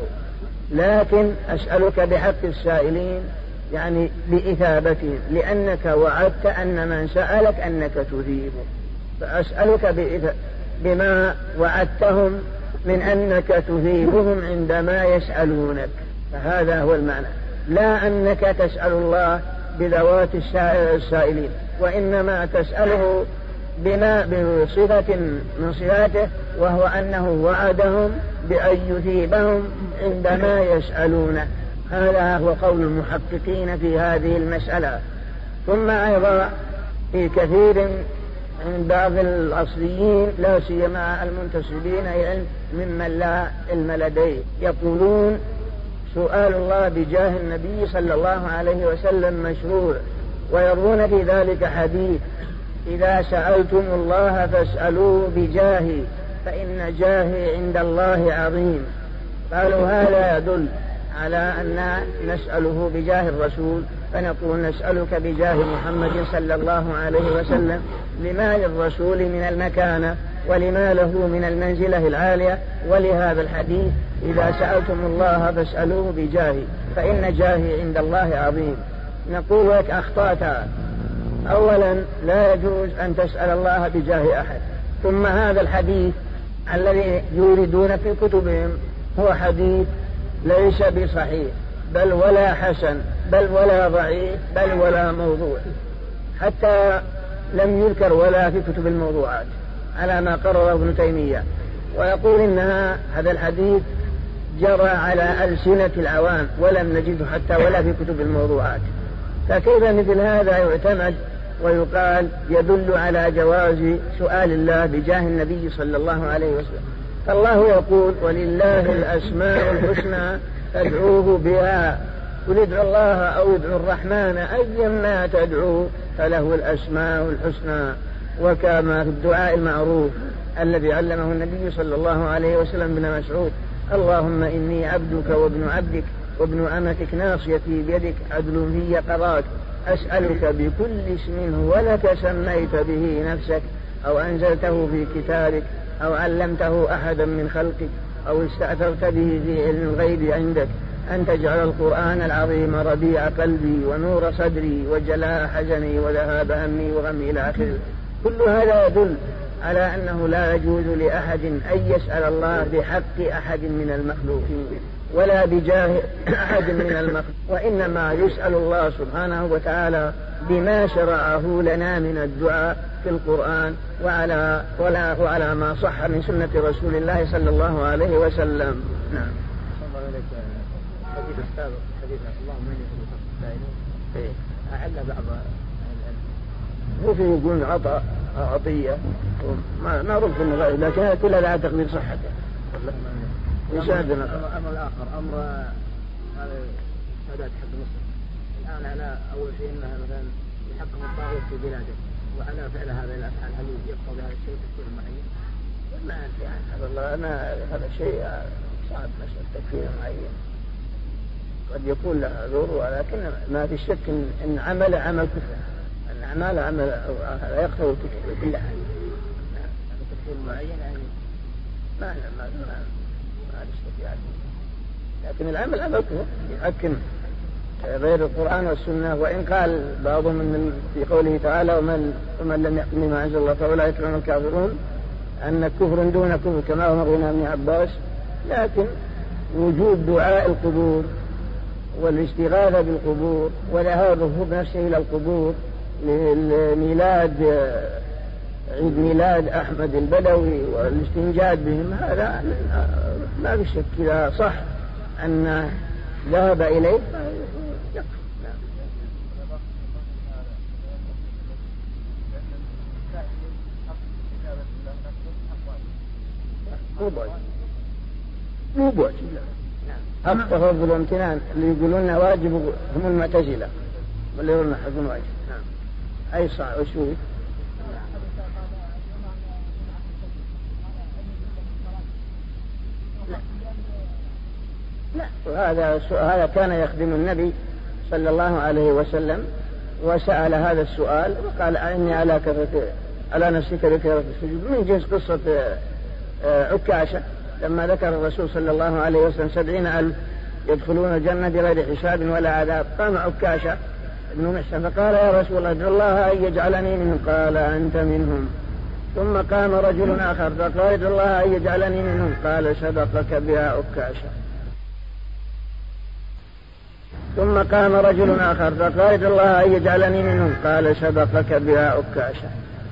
لكن أسألك بحق السائلين يعني بإثابتهم، لأنك وعدت أن من سألك أنك تثيبه، فأسألك بما وعدتهم من أنك تثيبهم عندما يسألونك. فهذا هو المعنى، لا أنك تسأل الله بذوات السائلين، وإنما تسأله بما بصفة من صفاته، وهو أنه وعدهم بأن يثيبهم عندما يسألونه. هذا هو قول المحققين في هذه المسألة. ثم أيضا في كثير من بعض الأصليين لا سيما المنتسبين إلى العلم ممن لا علم لديه يقولون سؤال الله بجاه النبي صلى الله عليه وسلم مشروع، ويرون في ذلك حديث إذا سألتم الله فاسألوه بجاهي فإن جاهي عند الله عظيم. قالوا هذا يدل على أن نسأله بجاه الرسول، فنقول نسألك بجاه محمد صلى الله عليه وسلم، لما للرسول من المكانة ولما له من المنزلة العالية. ولهذا الحديث إذا سألتم الله فاسألوه بجاهي فإن جاهي عند الله عظيم. نقول لك أخطأت، أولا لا يجوز أن تسأل الله بجاه أحد، ثم هذا الحديث الذي يوردون في كتبهم هو حديث ليس بصحيح بل ولا حسن بل ولا ضعيف بل ولا موضوع، حتى لم يذكر ولا في كتب الموضوعات على ما قرره ابن تيمية، ويقول إنها هذا الحديث جرى على ألسنة العوام ولم نجده حتى ولا في كتب الموضوعات. فكيف مثل هذا يعتمد ويقال يدل على جواز سؤال الله بجاه النبي صلى الله عليه وسلم؟ فالله يقول ولله الأسماء الحسنى فادعوه بها، قل ادعوا الله أو ادعوا الرحمن أيما تدعوا فله الأسماء الحسنى. وكما في الدعاء المعروف الذي علمه النبي صلى الله عليه وسلم بن مسعود اللهم إني عبدك وابن عبدك وابن أمتك ناصيتي بيدك عدل في قضاك أسألك بكل اسم هو لك سميت به نفسك أو أنزلته في كتابك أو علمته أحدا من خلقك أو استأثرت به في علم الغيب عندك أن تجعل القرآن العظيم ربيع قلبي ونور صدري وجلاء حزني وذهاب همي وغمي إلى آخره. كل هذا يدل على أنه لا يجوز لأحد أن يسأل الله بحق أحد من المخلوقين ولا بجاه أحد من المخلوقين، وإنما يسأل الله سبحانه وتعالى بما شرعه لنا من الدعاء في القرآن وعلى, وعلى ما صح من سنة رسول الله صلى الله عليه وسلم. نعم. حديث السابق حديث اللهم اني اريد اعل بعض هو في يقول عطاء عطيه ما ما رد انه غير، لكن كلها لا تقدير صحته. يساعدنا. الامر الاخر امر هذا سادات حق مصر الان على اول شيء انها مثلا يحكم الطاغوت في بلاده وعلى فعل هذه الافعال هل يبقى بهذا الشيء تكفير معين؟ ما يعني هذا الله انا هذا شيء صعب مسألة تكفير معين، قد يكون له عذور، ولكن ما في شك ان عمل عمل كفر، ان اعمال عمل لا يقتضي التكفير بالله. تكفير معين يعني ما ما ما ما نستطيع، لكن العمل عمل كفر يحكم غير القرآن والسنة. وإن قال بعضهم من في قوله تعالى ومن ومن لم يحكم بما أنزل الله فأولئك هم الكافرون أن كفر دون كفر كما أمرنا ابن عباس، لكن وجود دعاء القبور والاستغاثة بالقبور وذهابه بنفسه إلى القبور لميلاد عيد ميلاد أحمد البدوي والاستنجاد بهم، هذا ما في شك إذا صح أن ذهب إليه يكفي. مو بعد مو بعد حق تفضل وامتنان. اللي يقولون واجب هم المعتزلة واللي يقولون حق واجب. نعم. أي صح وشوي لا. وهذا هذا كان يخدم النبي صلى الله عليه وسلم وسأل هذا السؤال وقال إني على كثرة على نفسك بكثرة السجود، من جنس قصة عكاشة لما ذكر الرسول صلى الله عليه وسلم سبعين ألف يدخلون الجنة بغير حساب ولا عذاب. قام عكاشة ابن محسن فقال يا رسول الله ادعو الله أن يجعلني منهم، قال أنت منهم. ثم قام رجل آخر فقال ادعو الله أن يجعلني منهم، قال سبقك بها عكاشة. ثم قام رجل آخر فقال ادعو الله أن يجعلني منهم، قال سبقك بها عكاشة.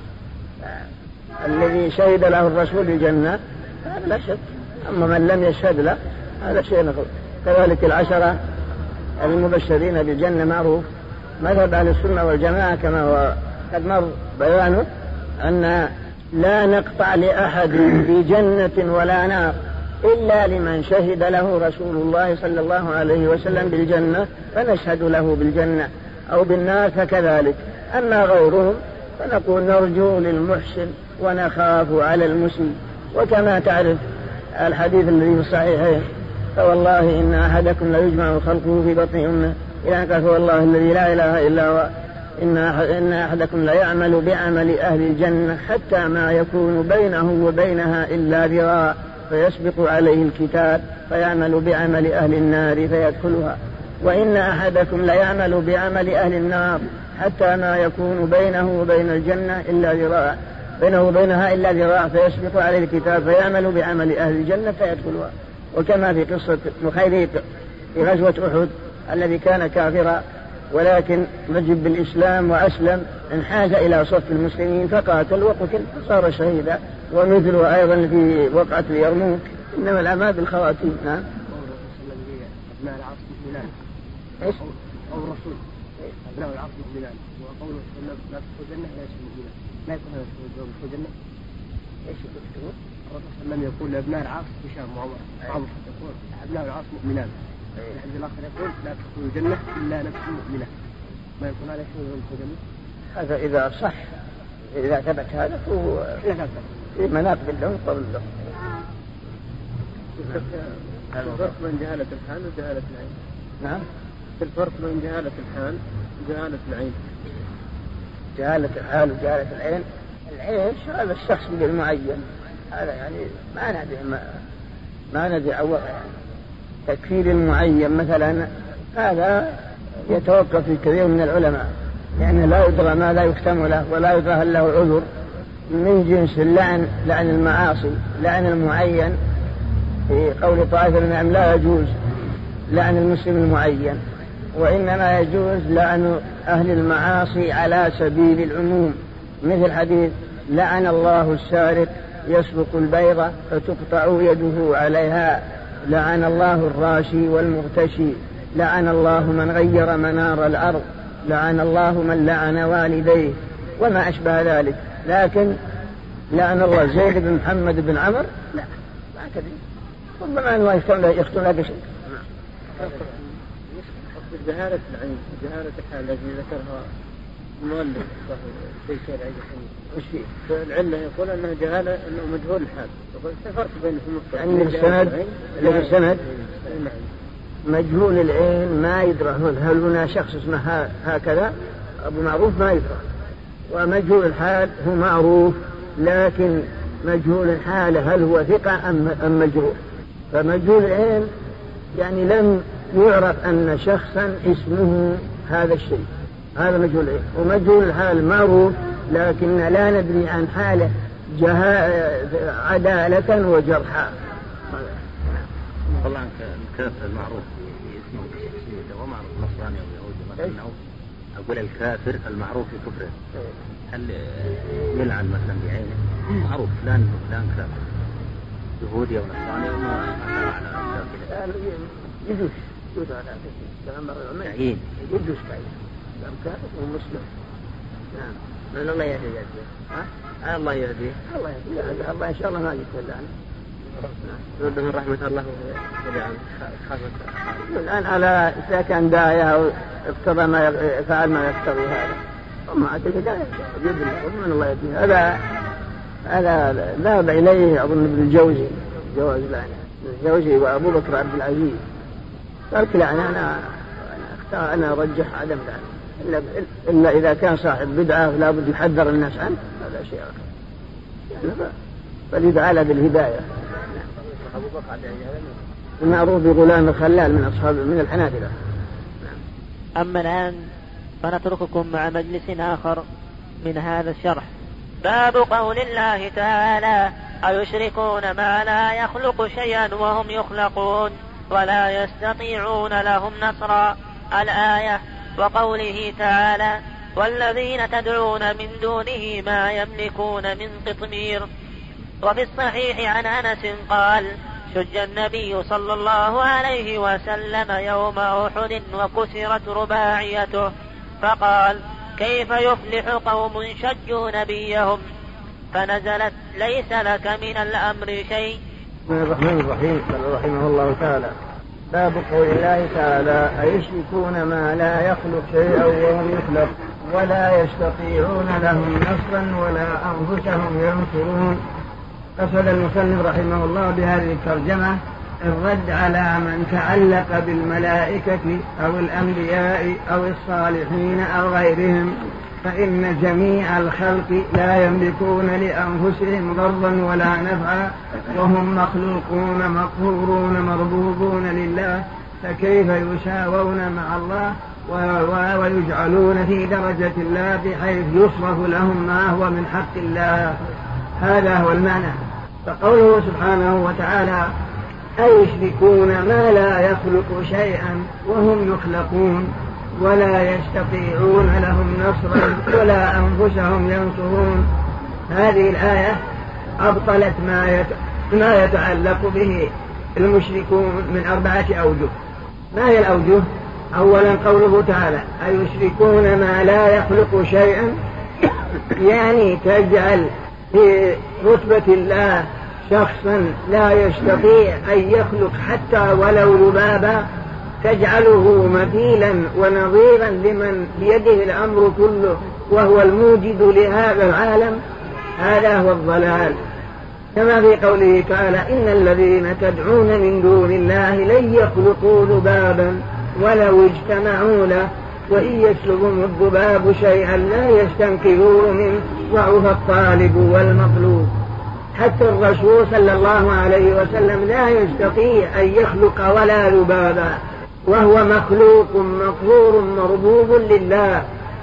الذي شهد له الرسول بالجنة هذا لا شك، أما من لم يشهد له هذا شيء نخل. كذلك العشرة المبشرين بالجنة معروف مذهب أهل السنة والجماعة كما هو قد مر بيانه أن لا نقطع لأحد بجنة ولا نار إلا لمن شهد له رسول الله صلى الله عليه وسلم بالجنة فنشهد له بالجنة أو بالنار فكذلك. أما غيرهم فنقول نرجو للمحسن ونخاف على المسيء. وكما تعرف الحديث الذي في الصحيحين فوالله إن أحدكم لا يجمع خلقه في بطن أمه إلى أن قال فوالله الذي لا إله إلا هو إن أحدكم لا يعمل بعمل أهل الجنة حتى ما يكون بينه وبينها إلا ذراع فيسبق عليه الكتاب فيعمل بعمل أهل النار فيدخلها، وإن أحدكم لا يعمل بعمل أهل النار حتى ما يكون بينه وبين الجنة إلا ذراع بينه وبينها إلا ذراع فيسبق عليه الكتاب فيعمل بعمل أهل الجنة فيدخلها. وكما في قصة مخيريق في غزوة أحد الذي كان كافرا ولكن نجب بالإسلام وأسلم انحاز إلى صف المسلمين فقاتل وقتل صار شهيدا. ومثله أيضا في وقعة اليرموك إنما الأعمال بالخواتيم. نعم. أبناء العرش مؤمنان إيش؟ أو الرسول أبناء العرش مؤمنان وقوله لا تدخل الجنة لا يشفي المؤمنان لا يكون هذا تدخل الجنة. إيش يقول؟ الرسول صلى الله عليه وسلم يقول لأبناء العرش بشار معوض يقول أبناء العرش مؤمنان. الحديث الآخر يقول لا تدخل الجنة إلا نفس مؤمنة. ما يكون هذا يشفي الجنة. هذا إذا صح إذا ثبت هذا فهو في مناقب لهم قبل لهم. الفرق بين جهالة الحال وجهالة العين. نعم. الفرق بين جهالة الحال وجهالة العين. جهالة الحال وجهالة العين. العين هذا الشخص بالمعين هذا يعني ما ندري ما ما ندري عوض يعني تكفير المعين مثلا هذا يتوقف في كثير من العلماء لأنه لا يدرى ما لا يختم له ولا يدرى هل له عذر من جنس اللعن، لعن المعاصي، لعن المعين في قول طائفة النعم لا يجوز لعن المسلم المعين، وإنما يجوز لعن أهل المعاصي على سبيل العموم، مثل حديث لعن الله السارق يسرق البيضة فتقطع يده عليها، لعن الله الراشي والمغتشي، لعن الله من غير منار الأرض، لعن الله من لعن والديه وما أشبه ذلك. لكن لعن الله زيد بن محمد بن عمر لا ما كذب، ربما أنه يختم لك شيء. جهالة العين، جهالة الحال التي ذكرها المؤلف في شيء العين وش فيه؟ فالعلة يقول أنها جهالة أنه مجهول الحال، يقول فرق بين يعني السند اللي في السند مجهول العين ما يدرى هل هنا شخص اسمه هكذا أبو معروف ما يدرى، ومجهول الحال هو معروف لكن مجهول الحال هل هو ثقة أم مجروح. فمجهول العين يعني لم يعرف أن شخصا اسمه هذا الشيء، هذا مجهول العين. ومجهول الحال معروف لكن لا ندري عن حاله عدالة وجرحا. والله الكافر المعروف اسمه بشخصيته ومعروف نصراني أو يهودي مثلا، أقول الكافر المعروف بكفره هل يلعن مثلا بعينه؟ معروف فلان فلان كافر يهودي أو نصراني أو ما على الكافر يجوز يجوز على كلام العلماء يجوز بعيد كلام كافر ومسلم. نعم من الله يهدي يهديه ها الله يهديه الله يهديه الله إن شاء الله ما يتولى عنه نود من رحمة الله الآن على إذا كان داعية أو اقتضى ما فعل ما يقتضي هذا وما أعتقد لا يجب من الله يهديه. هذا هذا ذهب إليه أظن ابن الجوزي جواز لعنة الجوزي وأبو بكر عبد العزيز قال لعنة أنا أختار أنا أرجح عدم لعنة إلا, إلا إذا كان صاحب بدعة لا بد يحذر الناس عنه هذا شيء آخر يعني فليدعى بالهداية. المعروف بغلام الخلال من أصحاب من الحنابلة. أما الآن فنترككم مع مجلس آخر من هذا الشرح. باب قول الله تعالى أيشركون ما لا يخلق شيئا وهم يخلقون ولا يستطيعون لهم نصرا الآية، وقوله تعالى والذين تدعون من دونه ما يملكون من قطمير. وفي الصحيح عن أنس قال شج النبي صلى الله عليه وسلم يوم أحد وكسرت رباعيته فقال كيف يفلح قوم شجوا نبيهم فنزلت ليس لك من الأمر شيء. بسم الله الرحمن الرحيم. قال رحمه الله تعالى باب قول الله تعالى أيشركون ما لا يخلق شيئا وهم يخلق ولا يستطيعون لهم نصرا ولا أنفسهم ينصرون. قصد المصنف رحمه الله بهذه الترجمة الرد على من تعلق بالملائكة أو الأنبياء أو الصالحين أو غيرهم، فإن جميع الخلق لا يملكون لأنفسهم ضرا ولا نفعا وهم مخلوقون مقهورون مربوبون لله، فكيف يساوون مع الله ويجعلون في درجة الله بحيث يصرف لهم ما هو من حق الله. هذا هو المعنى. فقوله سبحانه وتعالى أيشركون ما لا يخلق شيئا وهم يخلقون ولا يستطيعون لهم نصرا ولا أنفسهم ينصرون. هذه الآية أبطلت ما ما يتعلق به المشركون من أربعة أوجه. ما هي الأوجه؟ أولا قوله تعالى أيشركون ما لا يخلق شيئا، يعني تجعل في رتبة الله شخصا لا يستطيع أن يخلق حتى ولو ذبابا، تجعله مثيلا ونظيرا لمن بيده الأمر كله وهو الموجد لهذا العالم. هذا هو الضلال، كما في قوله تعالى إن الذين تدعون من دون الله لن يخلقوا ذبابا ولو اجتمعوا له وإن يسلبهم الذباب شيئا لا يستنقذوه منه ضعف الطالب والمطلوب. حتى الرسول صلى الله عليه وسلم لا يستطيع أن يخلق ولا ذبابا وهو مخلوق مقهور مربوب لله،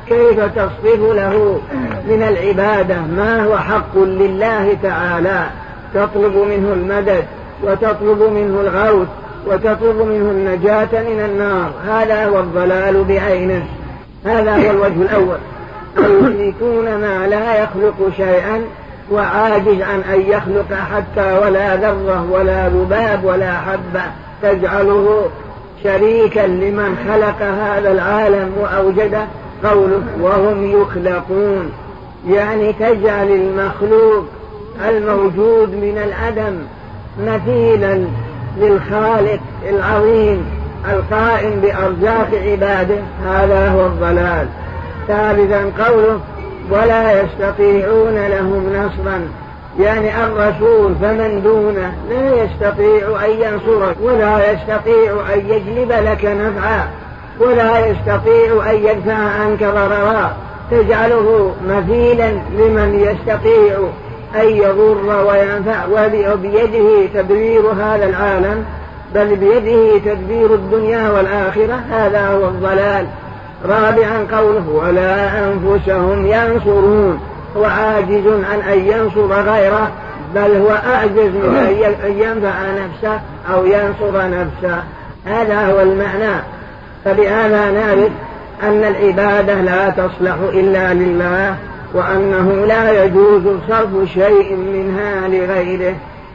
كيف تصرف له من العبادة ما هو حق لله تعالى، تطلب منه المدد وتطلب منه الغوث وتطلب منه النجاة من النار. هذا هو الضلال بعينه. هذا هو الوجه الأول. يشركون ما لا يخلق شيئا وعاجز عن أن يخلق حتى ولا ذرة ولا ذباب ولا حبة، تجعله شريكا لمن خلق هذا العالم وأوجده. قوله وهم يخلقون، يعني تجعل المخلوق الموجود من العدم مثيلا للخالق العظيم القائم بأرزاق عباده. هذا هو الضلال. ثالثا قوله ولا يستطيعون لهم نصرا، يعني الرسول فمن دونه لا يستطيع أن ينصرك ولا يستطيع أن يجلب لك نفعا ولا يستطيع أن يدفع عنك ضررا، تجعله مثيلا لمن يستطيع أن يضر وينفع، وبيده تدبير هذا العالم، بل بيده تدبير الدنيا والآخرة. هذا هو الضلال. رابعا قوله ولا أنفسهم ينصرون، هو عاجز عن أن ينصر غيره، بل هو أعجز من أن ينفع نفسه أو ينصر نفسه. هذا هو المعنى. فبهذا نعرف أن العبادة لا تصلح إلا لله، وأنه لا يجوز صرف شيء منها لغيره.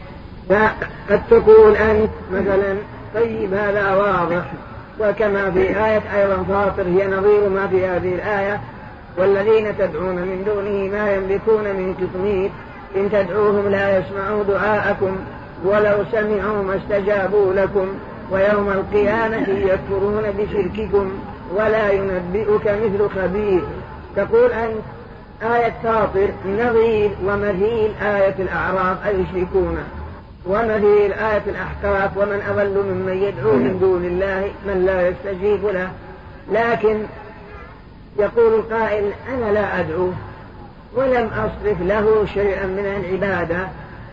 فقد تقول أنت مثلا طيب هذا واضح، وكما في آية أيضا فاطر هي نظير ما في هذه الآية والذين تدعون من دونه ما يملكون من قطمير إن تدعوهم لا يسمعوا دعاءكم ولو سمعوا ما استجابوا لكم ويوم القيامة يكفرون بشرككم ولا ينبئك مثل خبير. تقول أنت آية فاطر نظير ومثيل آية الأعراف المشركون، ومثيل آية الأحقاف ومن أضل ممن يدعو من دون الله من لا يستجيب له. لكن يقول القائل أنا لا أدعوه ولم أصرف له شيئا من العبادة،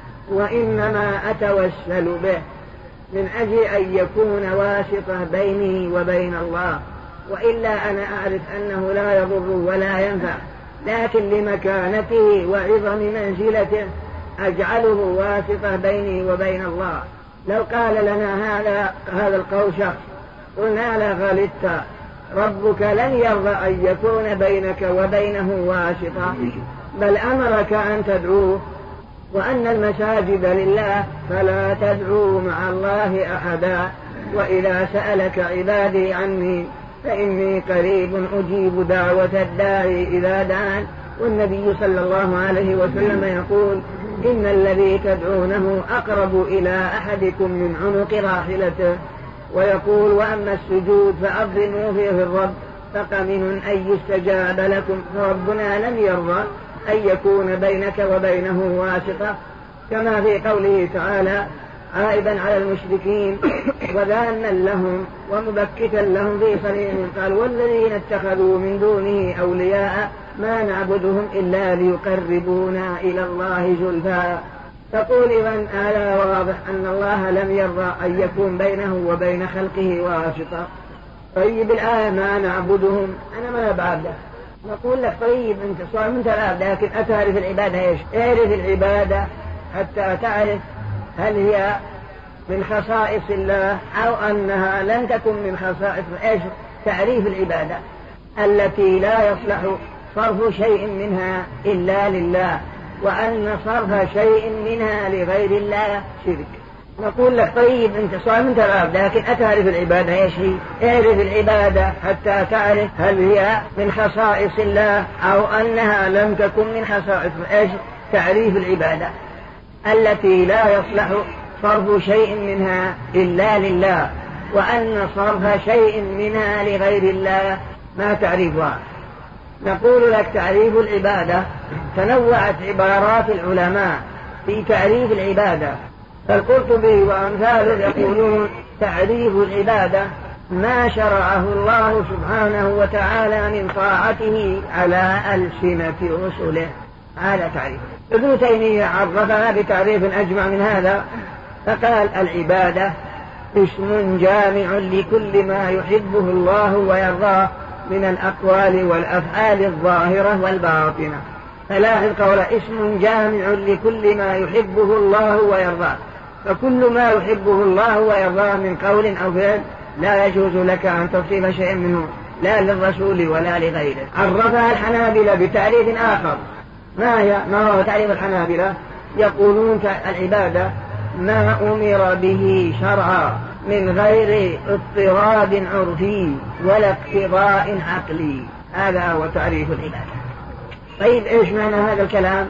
وإنما أتوسل به من أجل أن يكون واسطة بيني وبين الله، وإلا أنا أعرف أنه لا يضر ولا ينفع، لكن لمكانته وعظم منزلته أجعله واسطة بيني وبين الله. لو قال لنا هذا هذا القول شخص قلنا لا غلطت، ربك لن يرضى أن يكون بينك وبينه واسطة، بل أمرك أن تدعوه، وأن المساجد لله فلا تدعوا مع الله أحدا، وإذا سألك عبادي عني فإني قريب أجيب دعوة الداعي إذا دعان. والنبي صلى الله عليه وسلم يقول إن الذي تدعونه أقرب إلى أحدكم من عنق راحلته. ويقول وأما السجود فأظنوا فيه الرب فقمن أن يستجاب لكم، فربنا لم يرضى أن يكون بينك وبينه واسطة، كما في قوله تعالى عائبا على المشركين وذانا لهم ومبكتا لهم في صنيعهم قال والذين اتخذوا من دونه أولياء ما نعبدهم إلا ليقربونا إلى الله زلفى. تقول إذن هذا واضح أن الله لم يرضى أن يكون بينه وبين خلقه واسطة. طيب الآية ما نعبدهم أنا ما بعبده، نقول لك طيب أنت صار من تلعب، لكن أتعرف العبادة إيش؟ اعرف العبادة حتى تعرف هل هي من خصائص الله أو أنها لن تكن من خصائص. إيش تعريف العبادة؟ التي لا يصلح صرف شيء منها إلا لله، وأن صرف شيء منها لغير الله شرك. نقول لك طيب أنت صار من تلعب، لكن أتعرف العبادة إيش هي؟ اعرف العبادة حتى تعرف هل هي من خصائص الله أو أنها لم تكن من خصائص. إيش تعريف العبادة؟ التي لا يصلح صرف شيء منها إلا لله، وأن صرف شيء منها لغير الله ما تعريفها. نقول لك تعريف العبادة تنوعت عبارات العلماء في تعريف العبادة، فالقرطبي وأمثاله يقولون تعريف العبادة ما شرعه الله سبحانه وتعالى من طاعته على ألسنة رسله. هذا تعريف. ابن تيمية عرفها بتعريف أجمع من هذا فقال العبادة اسم جامع لكل ما يحبه الله ويرضاه من الأقوال والأفعال الظاهرة والباطنة. فلاحظ قول اسم جامع لكل ما يحبه الله ويرضاه، فكل ما يحبه الله ويرضاه من قول أو فعل لا يجوز لك أن تصرف شيئا منه لا للرسول ولا لغيره. عرفها الحنابلة بتعريف آخر. ما هي ما هو تعريف الحنابلة؟ يقولون العبادة ما أمر به شرعا من غير اضطراد عرفي ولا اقتضاء عقلي. هذا هو تعريف العبادة. طيب إيش معنى هذا الكلام؟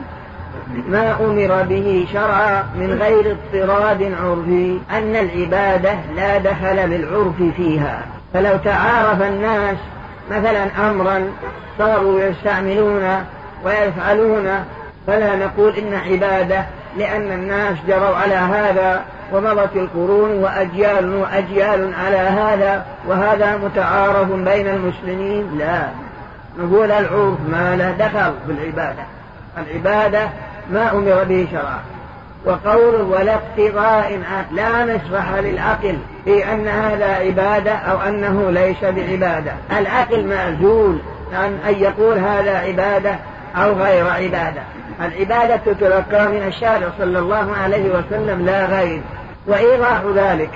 ما أمر به شرعا من غير اضطراد عرفي، أن العبادة لا دخل للعرف فيها. فلو تعارف الناس مثلا أمرا صاروا يستعملون ويفعلون فلا نقول إن عبادة، لأن الناس جروا على هذا ومضت القرون وأجيال وأجيال على هذا وهذا متعارف بين المسلمين. لا، نقول العرف ما له دخل بالعبادة، العبادة ما أمر به شرعا. وقوله ولا اقتضاء لا نسبح للعقل في أن هذا عبادة أو أنه ليس بعبادة. العقل معزول عن أن يقول هذا عبادة أو غير عبادة. العبادة تتلقى من الشارع صلى الله عليه وسلم لا غير. وإيضاح ذلك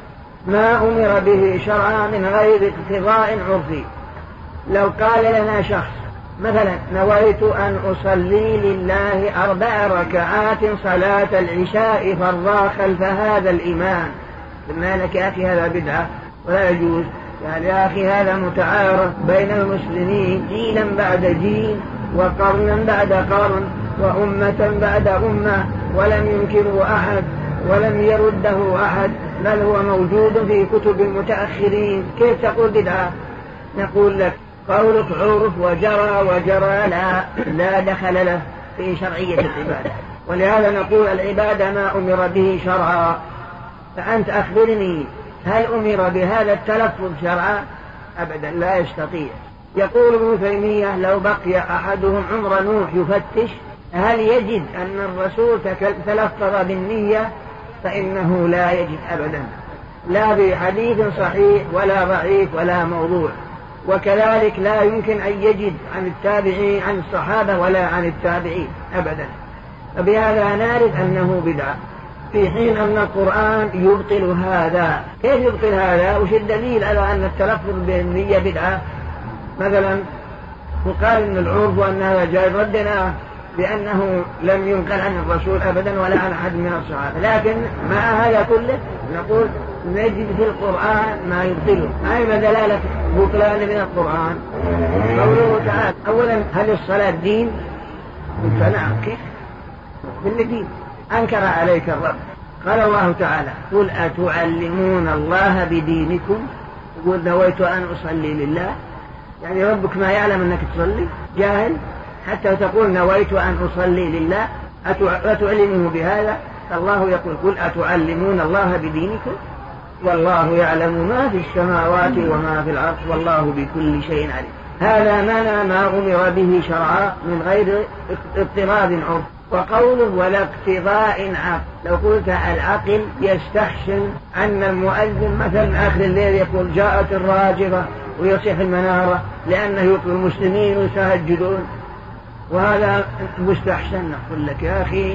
ما أمر به شرعا من غير اقتضاء عرفي. لو قال لنا شخص مثلا نويت أن أصلي لله أربع ركعات صلاة العشاء فرضا خلف هذا الإمام، قلنا لك يا أخي هذا بدعة ولا يجوز. يعني يا أخي هذا متعارف بين المسلمين جيلا بعد جيل وقرنا بعد قرن وأمة بعد أمة، ولم ينكره أحد ولم يرده أحد، بل هو موجود في كتب المتأخرين. كيف تقول بدعة؟ نقول لك قولك عرف وجرى وجرى لا, لا دخل له في شرعية العبادة. ولهذا نقول العبادة ما أمر به شرعا. فأنت أخبرني هل أمر بهذا التلفظ شرعا؟ أبدا لا يستطيع. يقول ابن تيمية لو بقي أحدهم عمر نوح يفتش هل يجد أن الرسول تلفظ بالنية، فإنه لا يجد أبدا، لا بحديث صحيح ولا ضعيف ولا موضوع. وكذلك لا يمكن أن يجد عن التابعين عن الصحابة ولا عن التابعين أبدا. فبهذا نعرف أنه بدعة، في حين أن القرآن يبطل هذا. كيف يبطل هذا؟ وش الدليل على أن التلفظ بالنية بدعة؟ مثلا وقال أن العرف وأن هذا جائز، ردنا بأنه لم ينقل عن الرسول أبدا ولا عن أحد من الصحابة. لكن مع هذا كله نقول نجد في القرآن ما يبطله. أين دلالة بطلان من القرآن؟ قوله تعالى أولا هل الصلاة دين؟ نعم. كيف؟ بالدين أنكر عليك الرب. قال الله تعالى قل أتعلمون الله بدينكم؟ يقول نويت أن أصلي لله، يعني ربك ما يعلم أنك تصلي؟ جاهل حتى تقول نويت أن أصلي لله؟ أتعلمه بهذا؟ الله يقول قل أتعلمون الله بدينكم والله يعلم ما في السماوات وما في الأرض والله بكل شيء عليم. هذا معنى ما أمر به شرعا من غير اضطراد عرف. وقوله ولا اقتضاء عقل، لو قلت العقل يستحسن أن المؤذن مثلا آخر الليل يقول جاءت الراجفة ويصيح المنارة لأنه يطلب المسلمين ويسجدون، وهذا مستحسن. نقول لك يا أخي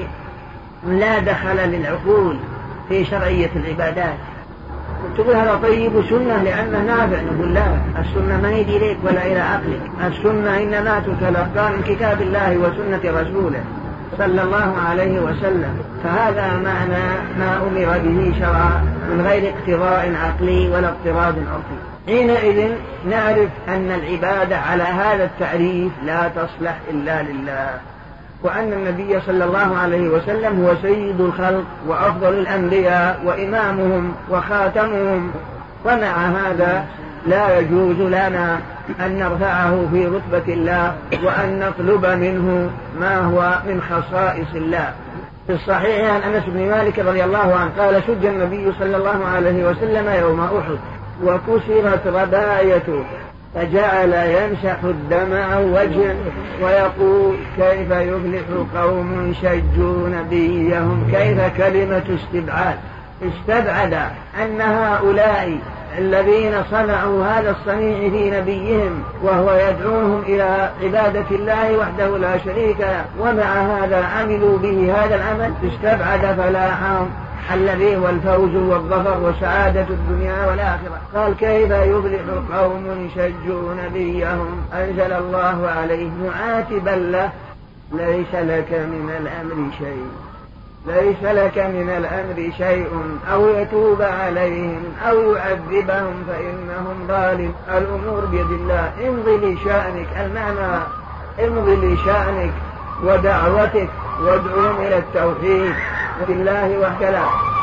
لا دخل للعقول في شرعية العبادات. تقول هذا طيب سنة لأنه نافع، نقول لا، السنة ما يدي إليك ولا إلى عقلك، السنة إنما تتلقى من كتاب الله وسنة رسوله صلى الله عليه وسلم. فهذا معنى ما أمر به شرعا من غير اقتضاء عقلي ولا اضطراد عرفي. حينئذ نعرف أن العبادة على هذا التعريف لا تصلح إلا لله، وأن النبي صلى الله عليه وسلم هو سيد الخلق وأفضل الأنبياء وإمامهم وخاتمهم. ومع هذا لا يجوز لنا أن نرفعه في رتبة الله وأن نطلب منه ما هو من خصائص الله. في الصحيح عن أنس بن مالك رضي الله عنه قال شج النبي صلى الله عليه وسلم يوم أحد وكسرت ربايته فجعل يمسح الدم عن وجهه ويقول كيف يفلح قوم شجوا نبيهم. كيف كلمة استبعاد، استبعد أن هؤلاء الذين صنعوا هذا الصنيع في نبيهم وهو يدعوهم إلى عبادة الله وحده لا شريك له، ومع هذا عملوا به هذا العمل استبعد فلاحهم الذي هو الفوز والظفر وسعادة الدنيا والآخرة. قال كيف يفلح قوم شجوا نبيهم أنزل الله عليه معاتبا له ليس لك من الأمر شيء ليس لك من الأمر شيء أو يتوب عليهم أو يعذبهم فإنهم ظالم. الأمور بيد الله، امضي لشأنك، المعنى امضي لشأنك ودعوتك وادعوهم إلى التوحيد بالله وحده.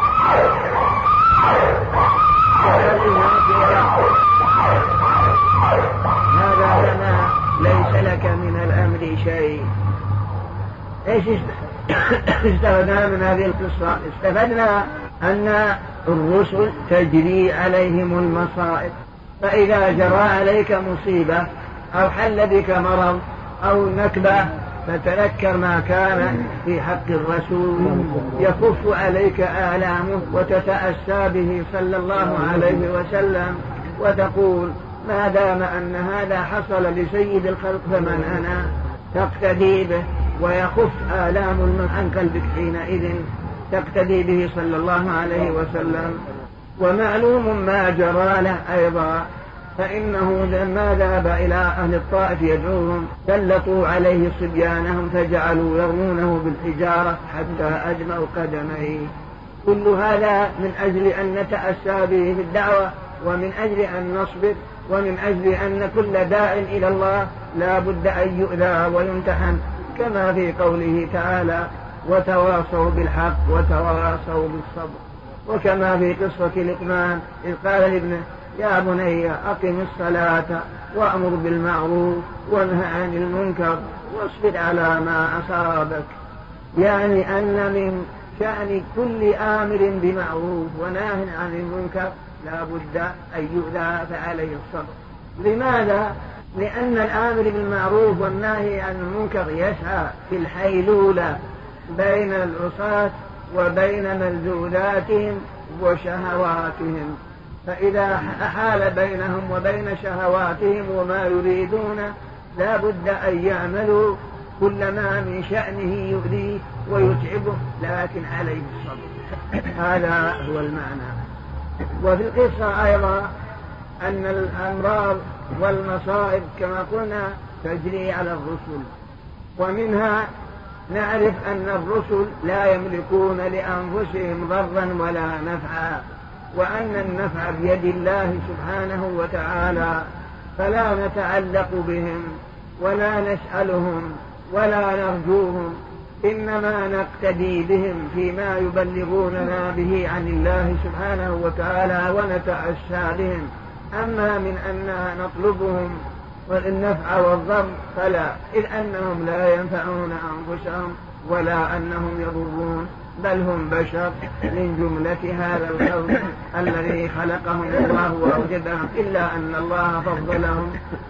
هذا لنا ليس لك من الأمر شيء. ايش استفدنا من هذه القصة؟ استفدنا أن الرسل تجري عليهم المصائب، فإذا جرى عليك مصيبة أو حل بك مرض أو نكبة فتذكر ما كان في حق الرسول يكف عليك آلامه وتتأسى به صلى الله عليه وسلم وتقول ما دام أن هذا حصل لسيد الخلق فمن أنا، تقتدي به ويخف آلام من عن قلبك حينئذ، تقتدي به صلى الله عليه وسلم. ومعلوم ما جرى له أيضا، فإنه لما ذهب إلى أهل الطائف يدعوهم سلطوا عليه صبيانهم فجعلوا يرمونه بالحجارة حتى أجمعوا قدميه. كل هذا من أجل أن نتأسى به في الدعوة، ومن أجل أن نصبر، ومن أجل أن كل داع إلى الله لا بد أن يؤذى ويمتحن، كما في قوله تعالى وتواصوا بالحق وتواصوا بالصبر، وكما في قصة لقمان إذ قال لابنه يا بني أقم الصلاة وأمر بالمعروف وانهى عن المنكر واصبر على ما أصابك. يعني أن من شأن كل آمر بمعروف وناه عن المنكر لا بد أن يؤذى فعليه الصبر. لماذا؟ لأن الآمر بالمعروف والناهي عن المنكر يسعى في الحيلولة بين العصاة وبين ملذوذاتهم وشهواتهم، فإذا أحال بينهم وبين شهواتهم وما يريدون لا بد أن يعملوا كل ما من شأنه يؤذيه ويتعبه، لكن عليه الصبر. هذا هو المعنى. وفي القصة أيضا أن الأمراض والمصائب كما قلنا تجري على الرسل، ومنها نعرف أن الرسل لا يملكون لأنفسهم ضرا ولا نفعا، وأن النفع بيد الله سبحانه وتعالى، فلا نتعلق بهم ولا نسألهم ولا نرجوهم، إنما نقتدي بهم فيما يبلغوننا به عن الله سبحانه وتعالى ونتأسى بهم. أما من أننا نطلبهم النفع والضر فلا، إذ أنهم لا ينفعون أنفسهم ولا أنهم يضرون، بل هم بشر من جملة هذا الخلق الذي خلقهم الله وأوجدهم، إلا أن الله فضلهم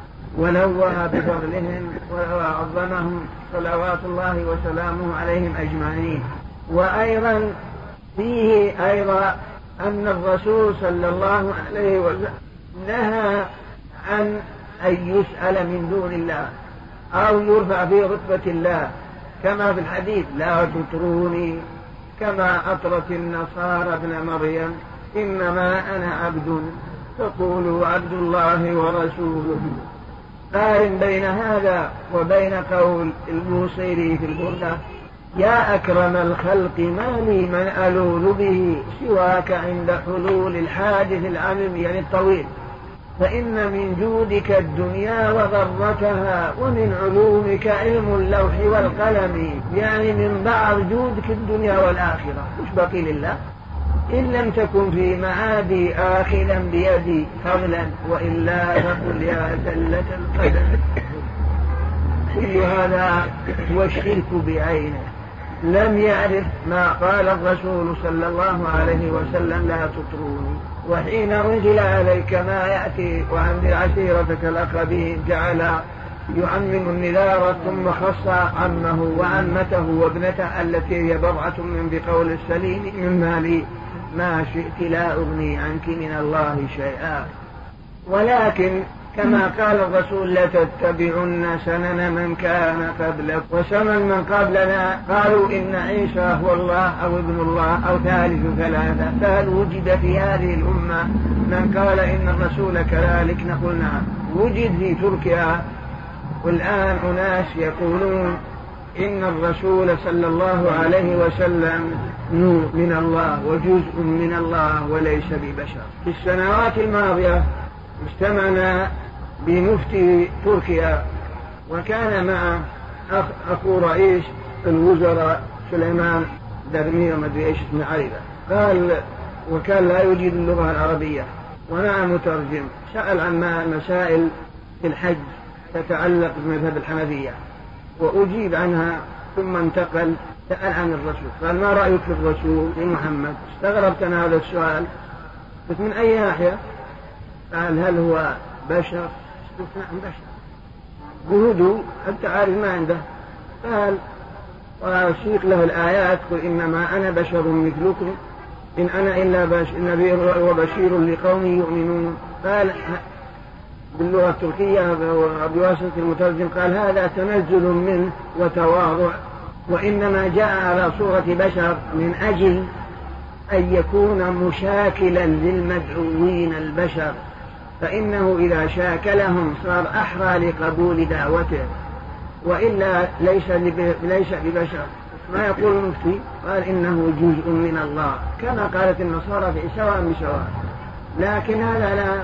ونوه بفضلهم وعظمهم صلوات الله وسلامه عليهم أجمعين. وأيضا فيه أيضا أن الرسول صلى الله عليه وسلم نهى عن أن يسأل من دون الله أو يرفع في رتبة الله، كما في الحديث لا تطروني كما أطرت النصارى ابن مريم إنما أنا عبد فقولوا عبد الله ورسوله. قارن بين هذا وبين قول البوصيري في البردة يا أكرم الخلق ما لي من ألول به سواك عند حلول الحادث العميم، يعني الطويل، فإن من جودك الدنيا وضرتها ومن علومك علم اللوح والقلم، يعني من بعض جودك الدنيا والآخرة، مش بقي لله. إن لم تكن في معادي آخذا بيدي فضلا وإلا فقل يا زلة القدم. كل هذا هو الشرك بعينه، لم يعرف ما قال الرسول صلى الله عليه وسلم لا تطروني. وحين أنزل عليك ما يأتي وأنذر عشيرتك الأقربين جعل يعمم النذار، ثم خص عمه وعمته وابنته التي هي بضعة من بقول السليم من مالي، ما شئت لا أغني عنك من الله شيئا. ولكن كما قال الرسول لتتبعن سنن من كان قبلك وسنن من قبلنا قالوا إن عيسى هو الله أو ابن الله أو ثالث ثلاثة، فهل وجد في هذه الأمة من قال إن الرسول كذلك؟ نقول نعم، وجد في تركيا. والآن أناس يقولون إن الرسول صلى الله عليه وسلم نور من الله وجزء من الله وليس ببشر. في السنوات الماضية اجتمعنا بمفتي تركيا، وكان مع أخ أخو رئيس الوزراء سليمان درمي ومدري ايش اسمه عريضة، قال وكان لا يجيد اللغة العربية ومع مترجم، سأل عن مسائل في الحج تتعلق بمذهب الحنفية وأجيب عنها، ثم انتقل سأل عن الرسول، قال ما رأيك في الرسول محمد؟ استغربت أنا هذا السؤال، قلت من أي ناحية؟ قال هل هو بشر؟ قلت نعم بشر، جهوده حتى عارف ما عنده. قال وأسيق له الآيات قل إنما أنا بشر مثلكم إن أنا إلا بشر نبي وبشير لقوم يؤمنون. قال باللغة التركية بواسطة المترجم قال هذا تنزل منه وتواضع، وإنما جاء على صورة بشر من أجل أن يكون مشاكلا للمدعوين البشر، فإنه إذا شاكلهم صار أحرى لقبول دعوته، وإلا ليس ليس ببشر. ما يقول المفتي؟ قال إنه جزء من الله كما قالت النصارى في سواء بسواء، لكن هذا لا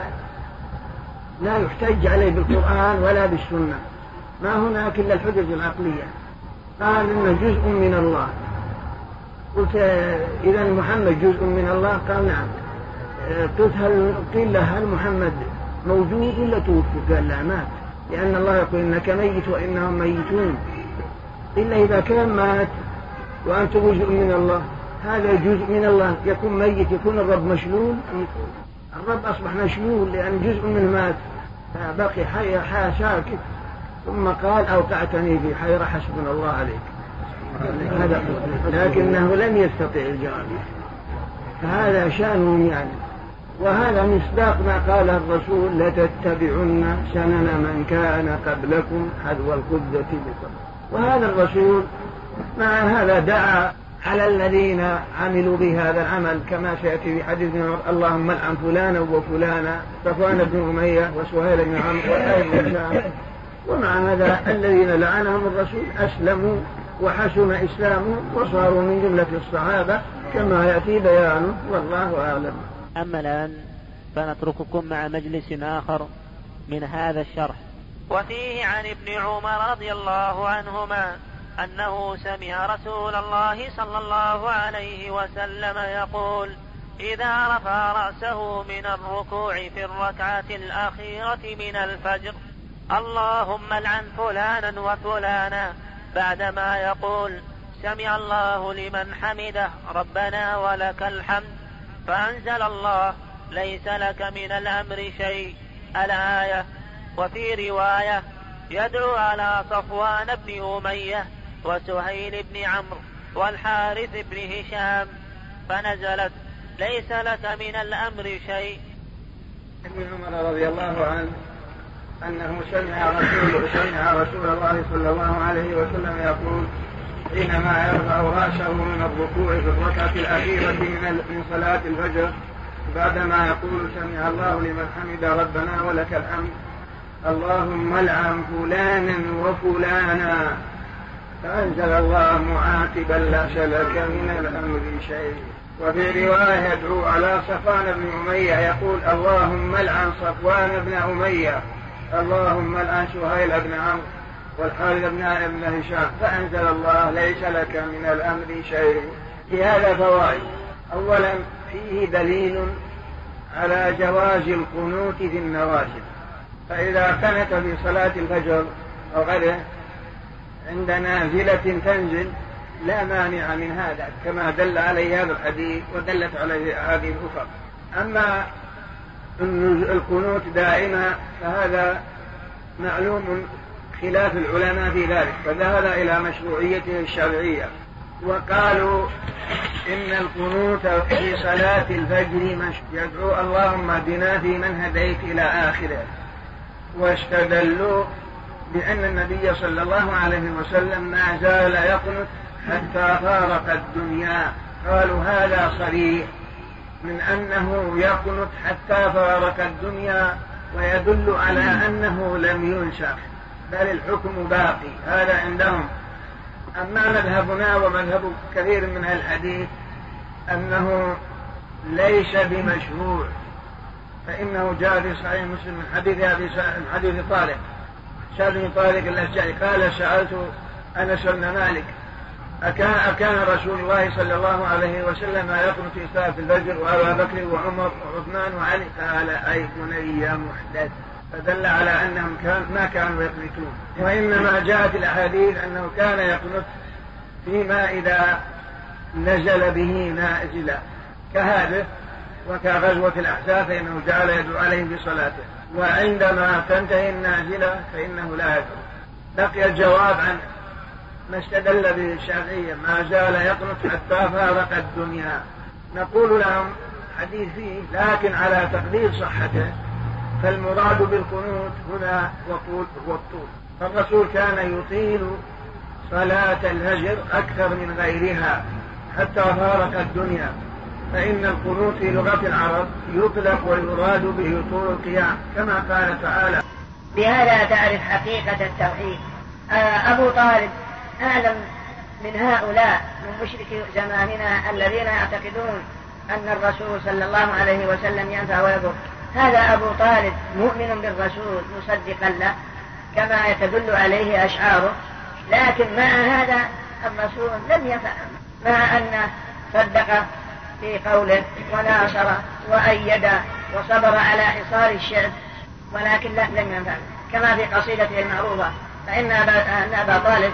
لا يحتج عليه بالقرآن ولا بالسنة، ما هناك إلا الحجج العقلية. قال إنه جزء من الله. قلت إذا محمد جزء من الله؟ قال نعم. قلت هل قيل له هل محمد موجود ولا توفي؟ قال لا مات، لأن الله يقول إنك ميت وإنهم ميتون. إلا إذا كان مات وأنت جزء من الله، هذا جزء من الله يكون ميت، يكون الرب مشلول؟ الرب أصبح مشلول لأن جزء منه مات، فبقي حي حي ساكت. ثم قال أوقعتني في حيرة حسبنا الله عليك، هذا لكنه لم يستطيع الجواب، فهذا شأنهم يعني. وهذا مصداق ما قاله الرسول لتتبعن سنن من كان قبلكم حذو القدة بقدر. وهذا الرسول مع هذا دعا على الذين عملوا بهذا العمل كما سيأتي في حديث اللهم لعن فلانا وفلانا صفوان بن أمية وسهيل بن عمرو وآل بن هشام. ومع هذا الذين لعنهم الرسول أسلموا وحسن إسلامهم وصاروا من جملة الصحابة كما يأتي بيانه، والله أعلم. أما الآن فنترككم مع مجلس آخر من هذا الشرح. وفيه عن ابن عمر رضي الله عنهما أنه سمع رسول الله صلى الله عليه وسلم يقول إذا رفع رأسه من الركوع في الركعة الأخيرة من الفجر اللهم لعن فلانا وفلانا، بعدما يقول سمع الله لمن حمده ربنا ولك الحمد، فأنزل الله ليس لك من الأمر شيء الآية. وفي رواية يدعو على صفوان بن أمية وسهيل بن عمرو والحارث بن هشام، فنزلت ليس لك من الأمر شيء. ابن عمر رضي الله عنه أنه سمع رسول, سمع رسول الله صلى الله عليه وسلم يقول حينما يرفع رأسه من الركوع في الركعة الأخيرة من صلاة الفجر بعدما يقول سمع الله لمن حمد ربنا ولك الحمد اللهم لعن فلانا وفلانا، فأنزل الله معاتبا ليس لك من الأمر شيء. وفي رواية يدعو على صفوان بن أمية يقول اللهم لعن صفوان بن أمية اللهم لعن سهيل بن عمرو والحارث بن هشام، فأنزل الله ليس لك من الأمر شيء. في هذا فوائد. أولا فيه دليل على جواز القنوت في النوافل، فإذا قنت في صلاة الفجر أو غيره عند نازلة تنزل لا مانع من هذا كما دل عليه هذا الحديث ودلت عليه هذه الأخرى. أما القنوت دائما فهذا معلوم خلاف العلماء في ذلك، فذهب إلى مشروعيته الشرعية وقالوا إن القنوت في صلاة الفجر يدعو اللهم اهدنا في من هديت إلى آخره، واستدلوا بأن النبي صلى الله عليه وسلم ما زال يقنت حتى فارق الدنيا، قالوا هذا صريح من أنه يقنت حتى فارق الدنيا، ويدل على أنه لم ينسخ بل الحكم باقي. هذا عندهم. أما مذهبنا ومذهب كثير من الحديث أنه ليس بمشروع، فإنه جاء في صحيح مسلم من حديث أبي حديث طارق سعد بن طارق الأشجعي قال سألت أنس بن مالك أكان, أكان رسول الله صلى الله عليه وسلم يقنت في صلاة الفجر وأبا بكر وعمر وعثمان وعلي؟ قال أي بني محدث، فدل على أنهم كان ما كانوا يقنتون، وإنما جاءت الأحاديث أنه كان يقنت فيما إذا نزل به نازلا كهذا وكغزوة الأحزاب فإنه جعل يدعو عليهم بصلاته، وعندما تنتهي النازلة فإنه لا يدعو. بقي الجواب عن ما استدل به الشافعية ما زال يقنت حتى فارق الدنيا. نقول لهم حديث فيه لكن على تقدير صحته، فالمراد بالقنوت هنا وطول والطول، فالرسول كان يطيل صلاة الفجر أكثر من غيرها حتى فارق الدنيا، فإن القنوت في لغة العرب يطلق ويراد به طول القيام كما قال تعالى. بهذا تعرف حقيقة التوحيد. أبو طالب أعلم من هؤلاء من مشركي زماننا الذين يعتقدون أن الرسول صلى الله عليه وسلم ينفع ويضر. هذا أبو طالب مؤمن بالرسول مصدقا له كما يتدل عليه أشعاره، لكن مع هذا الرسول لم يفعل، مع أنه صدق في قوله وناصر وأيد وصبر على حصار الشعب، ولكن لم ينفع، كما في قصيدته المعروفة فإن أبا طالب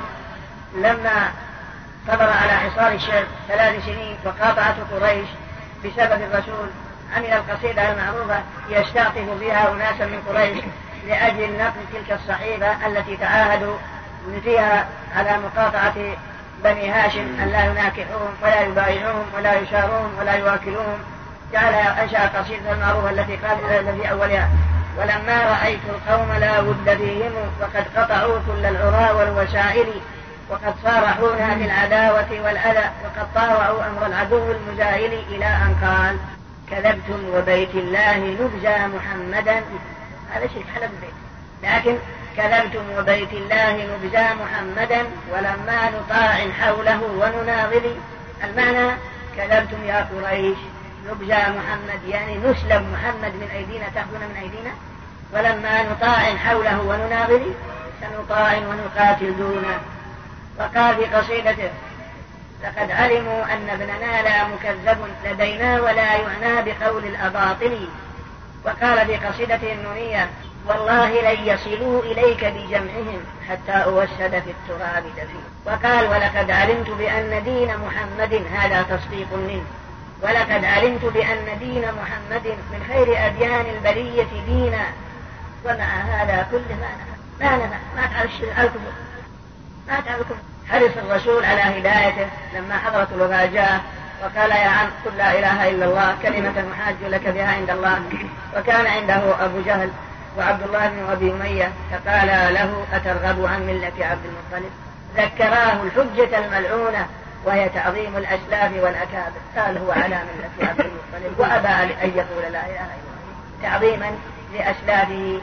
لما صبر على حصار الشعب ثلاث سنين وقاطعته قريش بسبب الرسول عمل القصيدة المعروفة يستعطف بها أناسا من قريش لأجل نقل تلك الصحيفة التي تعاهدوا فيها على مقاطعة بني هاشم أن لا يناكحوهم ولا يبايعوهم ولا يشارون ولا يواكلوهم. جعل أنشأ قصيدة المعروفة التي قال في أولها ولما رأيت القوم لا ود فيهم وقد قطعوا كل العرى والوسائل وقد صارحونا بالعداوة والأذى وقد طاوعوا أمر العدو المزايل، إلى أن قال كذبتم وبيت الله نبزى محمدا. هذا شيء حلب البيت، لكن كذبتم وبيت الله نبزى محمدا ولما نطاع حوله ونناضل. المعنى كذبتم يا قريش نبزى محمد يعني نسلب محمد من أيدينا تأخذون من أيدينا، ولما نطاع حوله ونناضل سنطاع ونقاتل دونه. وقال في قصيدته لقد علموا أن ابننا لا مكذب لدينا ولا يعنى بقول الأباطل. وقال في قصيدته النونية والله لن يصلوا إليك بجمعهم حتى أوسد في التراب دفين. وقال ولقد علمت بأن دين محمد هذا تصديق منه ولقد علمت بأن دين محمد من خير أديان البرية دينا. ومع هذا كله ما نفع ما نفع ما تعرف الكفر ما تعرف الكفر. حرص الرسول على هدايته لما حضرت الوفاة جاء وقال يا عم قل لا إله إلا الله كلمة محاج لك بها عند الله. وكان عنده أبو جهل وعبد الله بن أبي أمية فقال له أترغب عن ملة عبد المطلب؟ ذكراه الحجة الملعونة وهي تعظيم الأسلاف والأكابر. قال هو على ملة عبد المطلب وأبى أن يقول لا إله إلا الله تعظيما لأسلافه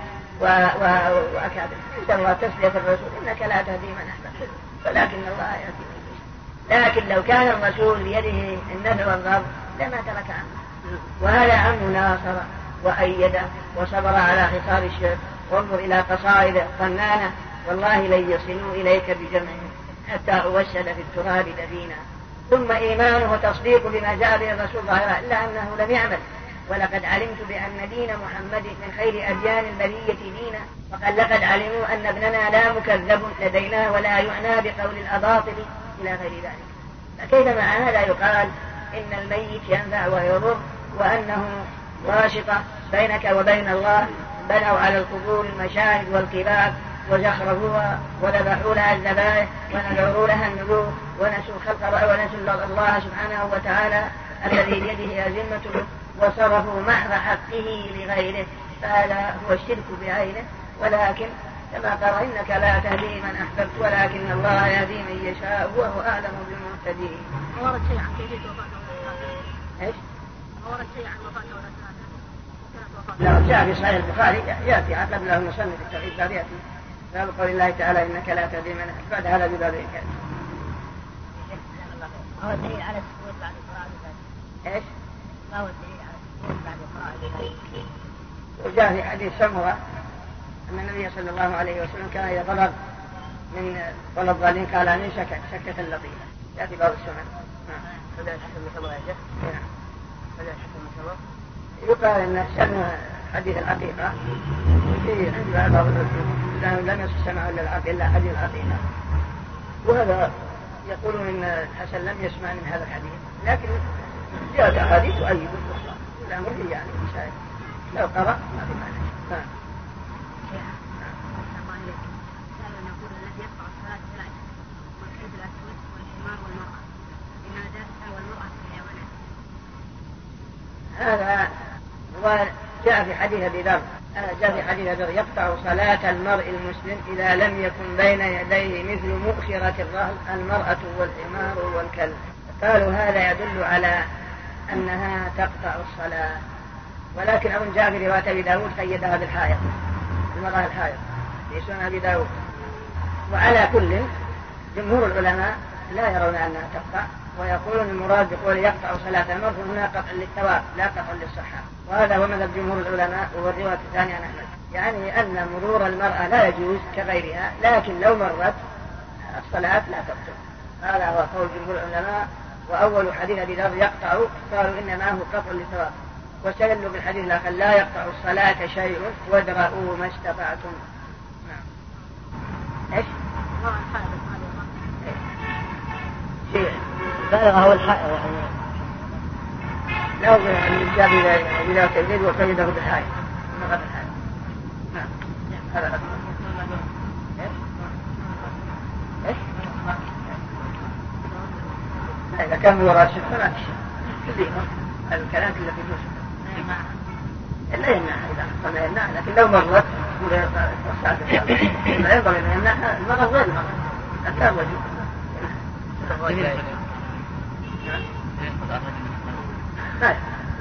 وأكابر. عند الله تسلية الرسول إنك لا تهدي من أحببت ولكن الله يهدي من يشاء. لكن لو كان الرسول بيده النفع والضر لما ترك عنه. وهذا عم ناصر وأيده وصبر على حصار الشرك. وانظر إلى قصائد فنانة والله لن يصلوا إليك بجمعهم حتى أوسد في التراب دفينا. ثم إيمانه وتصديق بما جاء به الرسول ظاهرا إلا أنه لم يعمل. ولقد علمت بأن دين محمد من خير أديان البرية دينا. وقال لقد علموا أن ابننا لا مكذب لدينا ولا يعنى بقول الأباطل إلى غير ذلك. فكيف مع هذا يقال إن الميت ينفع ويضر وأنه واسطة بينك وبين الله؟ بنوا على القبور المشاهد والقباب وزخرفوها وذبحوا لها الذبائح ونذروا لها النذور ونسوا خلق ونسوا الله سبحانه وتعالى الذي بيده أزمة وصرفوا محض حقه لغيره، فهذا هو الشرك بعينه. ولكن كما قال إنك لا تهدي من أحببت ولكن الله يهدي من يشاء وهو أعلم بالمهتدين. ما ورد شيء عن كيفية وفاته ولا إيش؟ ما ورد شيء عن وفاته ولا لو جاء في صحيح البخاري يأتي عقب له المصنف التوحيد بعد يأتي باب قول الله تعالى إنك لا تهدي من أحببت، بعد هذا بباب الكلام. ما هو الدليل على السكوت بعد القراءة بذلك؟ إيش؟ ما هو الدليل على السكوت بعد القراءة بذلك؟ وجاء في حديث سمرة أن النبي صلى الله عليه وسلم كان إذا طلب من طلب الضالين قال أن سكت سكة لطيفة. يأتي باب السنن. هذا الحسن من سمرة يا شيخ؟ نعم. هذا الحسن من سمرة؟ يقال أن سمع حديث العقيقة في عند بعض العلماء لم يسمع إلا العقيقة إلا حديث العقيقة، وهذا يقولون إن الحسن لم يسمع من هذا الحديث، لكن جاءت أحاديث تؤيد الأخرى. الأمر يعني مسائل لو قرأ ما في معنى. نعم. هذا وجاء في حديث أبي ذر جاء في حديث أبي ذر يقطع صلاة المرء المسلم إذا لم يكن بين يديه مثل مؤخرة الرهل المرأة والحمار والكلب. قالوا هذا يدل على أنها تقطع الصلاة، ولكن أظن جاء في رواية أبي داود قيدها بالحائط، المرأة الحائط في سنن أبي داود. وعلى كل جمهور العلماء لا يرون أنها تقطع، ويقولون المراد بقول يقطع صلاة المرء هنا قطع للثواب لا قطع للصحة، وهذا هو مذهب جمهور العلماء. والرواية الثانية عن أحمد يعني أن مرور المرأة لا يجوز كغيرها، لكن لو مرت الصلاة لا تبطل. هذا هو قول جمهور العلماء. وأول حديث أبي ذر يقطع قالوا إنما هو قطع للثواب، واستدلوا بالحديث الآخر لا يقطع الصلاة شيء وادرؤوا ما استطعتم. نعم. إيش؟ شيء بالغ هو الحائط يعني لو جاء إلى تجديد وقيده بالحائط مرة بالحائط. نعم. هذا أكبر. إيش؟ إذا كان وراء الشيخ فلا تشيء الكلام كله في جوز إلا يمنعها إذا حصل يمنعها، لكن لو مرت لا ينظر إلى يمنعها المرة غير المرة أكثر وجه. لا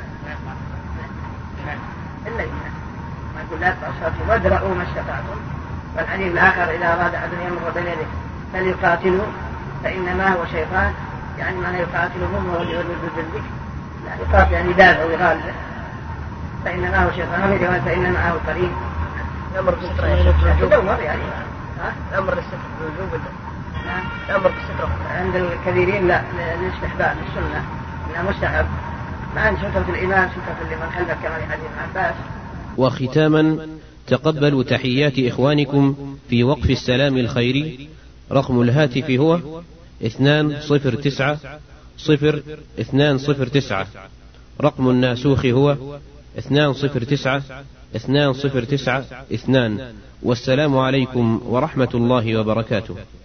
إلا يمنع ما يقول لا تقصروا وادرؤوا ما استطعتم. والحديث الآخر إذا أراد أحد يمر بين يديه فليقاتلوا فإنما هو شيطان، يعني من يقاتلهم وهو يرد بالذكر لا يقاتل يعني دافع ويغالب، فإنما هو شيطان وفي رواية فإنما هو قريب. الأمر بالستر يا شيخ الأمر يعني الأمر بالستر بالوجوب ولا الأمر بالستر عند الكثيرين لا للاستحباب السنة إنها مستحب، مع أن سترة الإمام سترة لمن خلفه كما في حديث عباس. وختاما تقبلوا تحيات إخوانكم في وقف السلام الخيري. رقم الهاتف هو اثنان صفر تسعة صفر اثنان صفر تسعة. رقم الناسوخ هو اثنان صفر تسعة اثنان صفر تسعة اثنان. والسلام عليكم ورحمة الله وبركاته.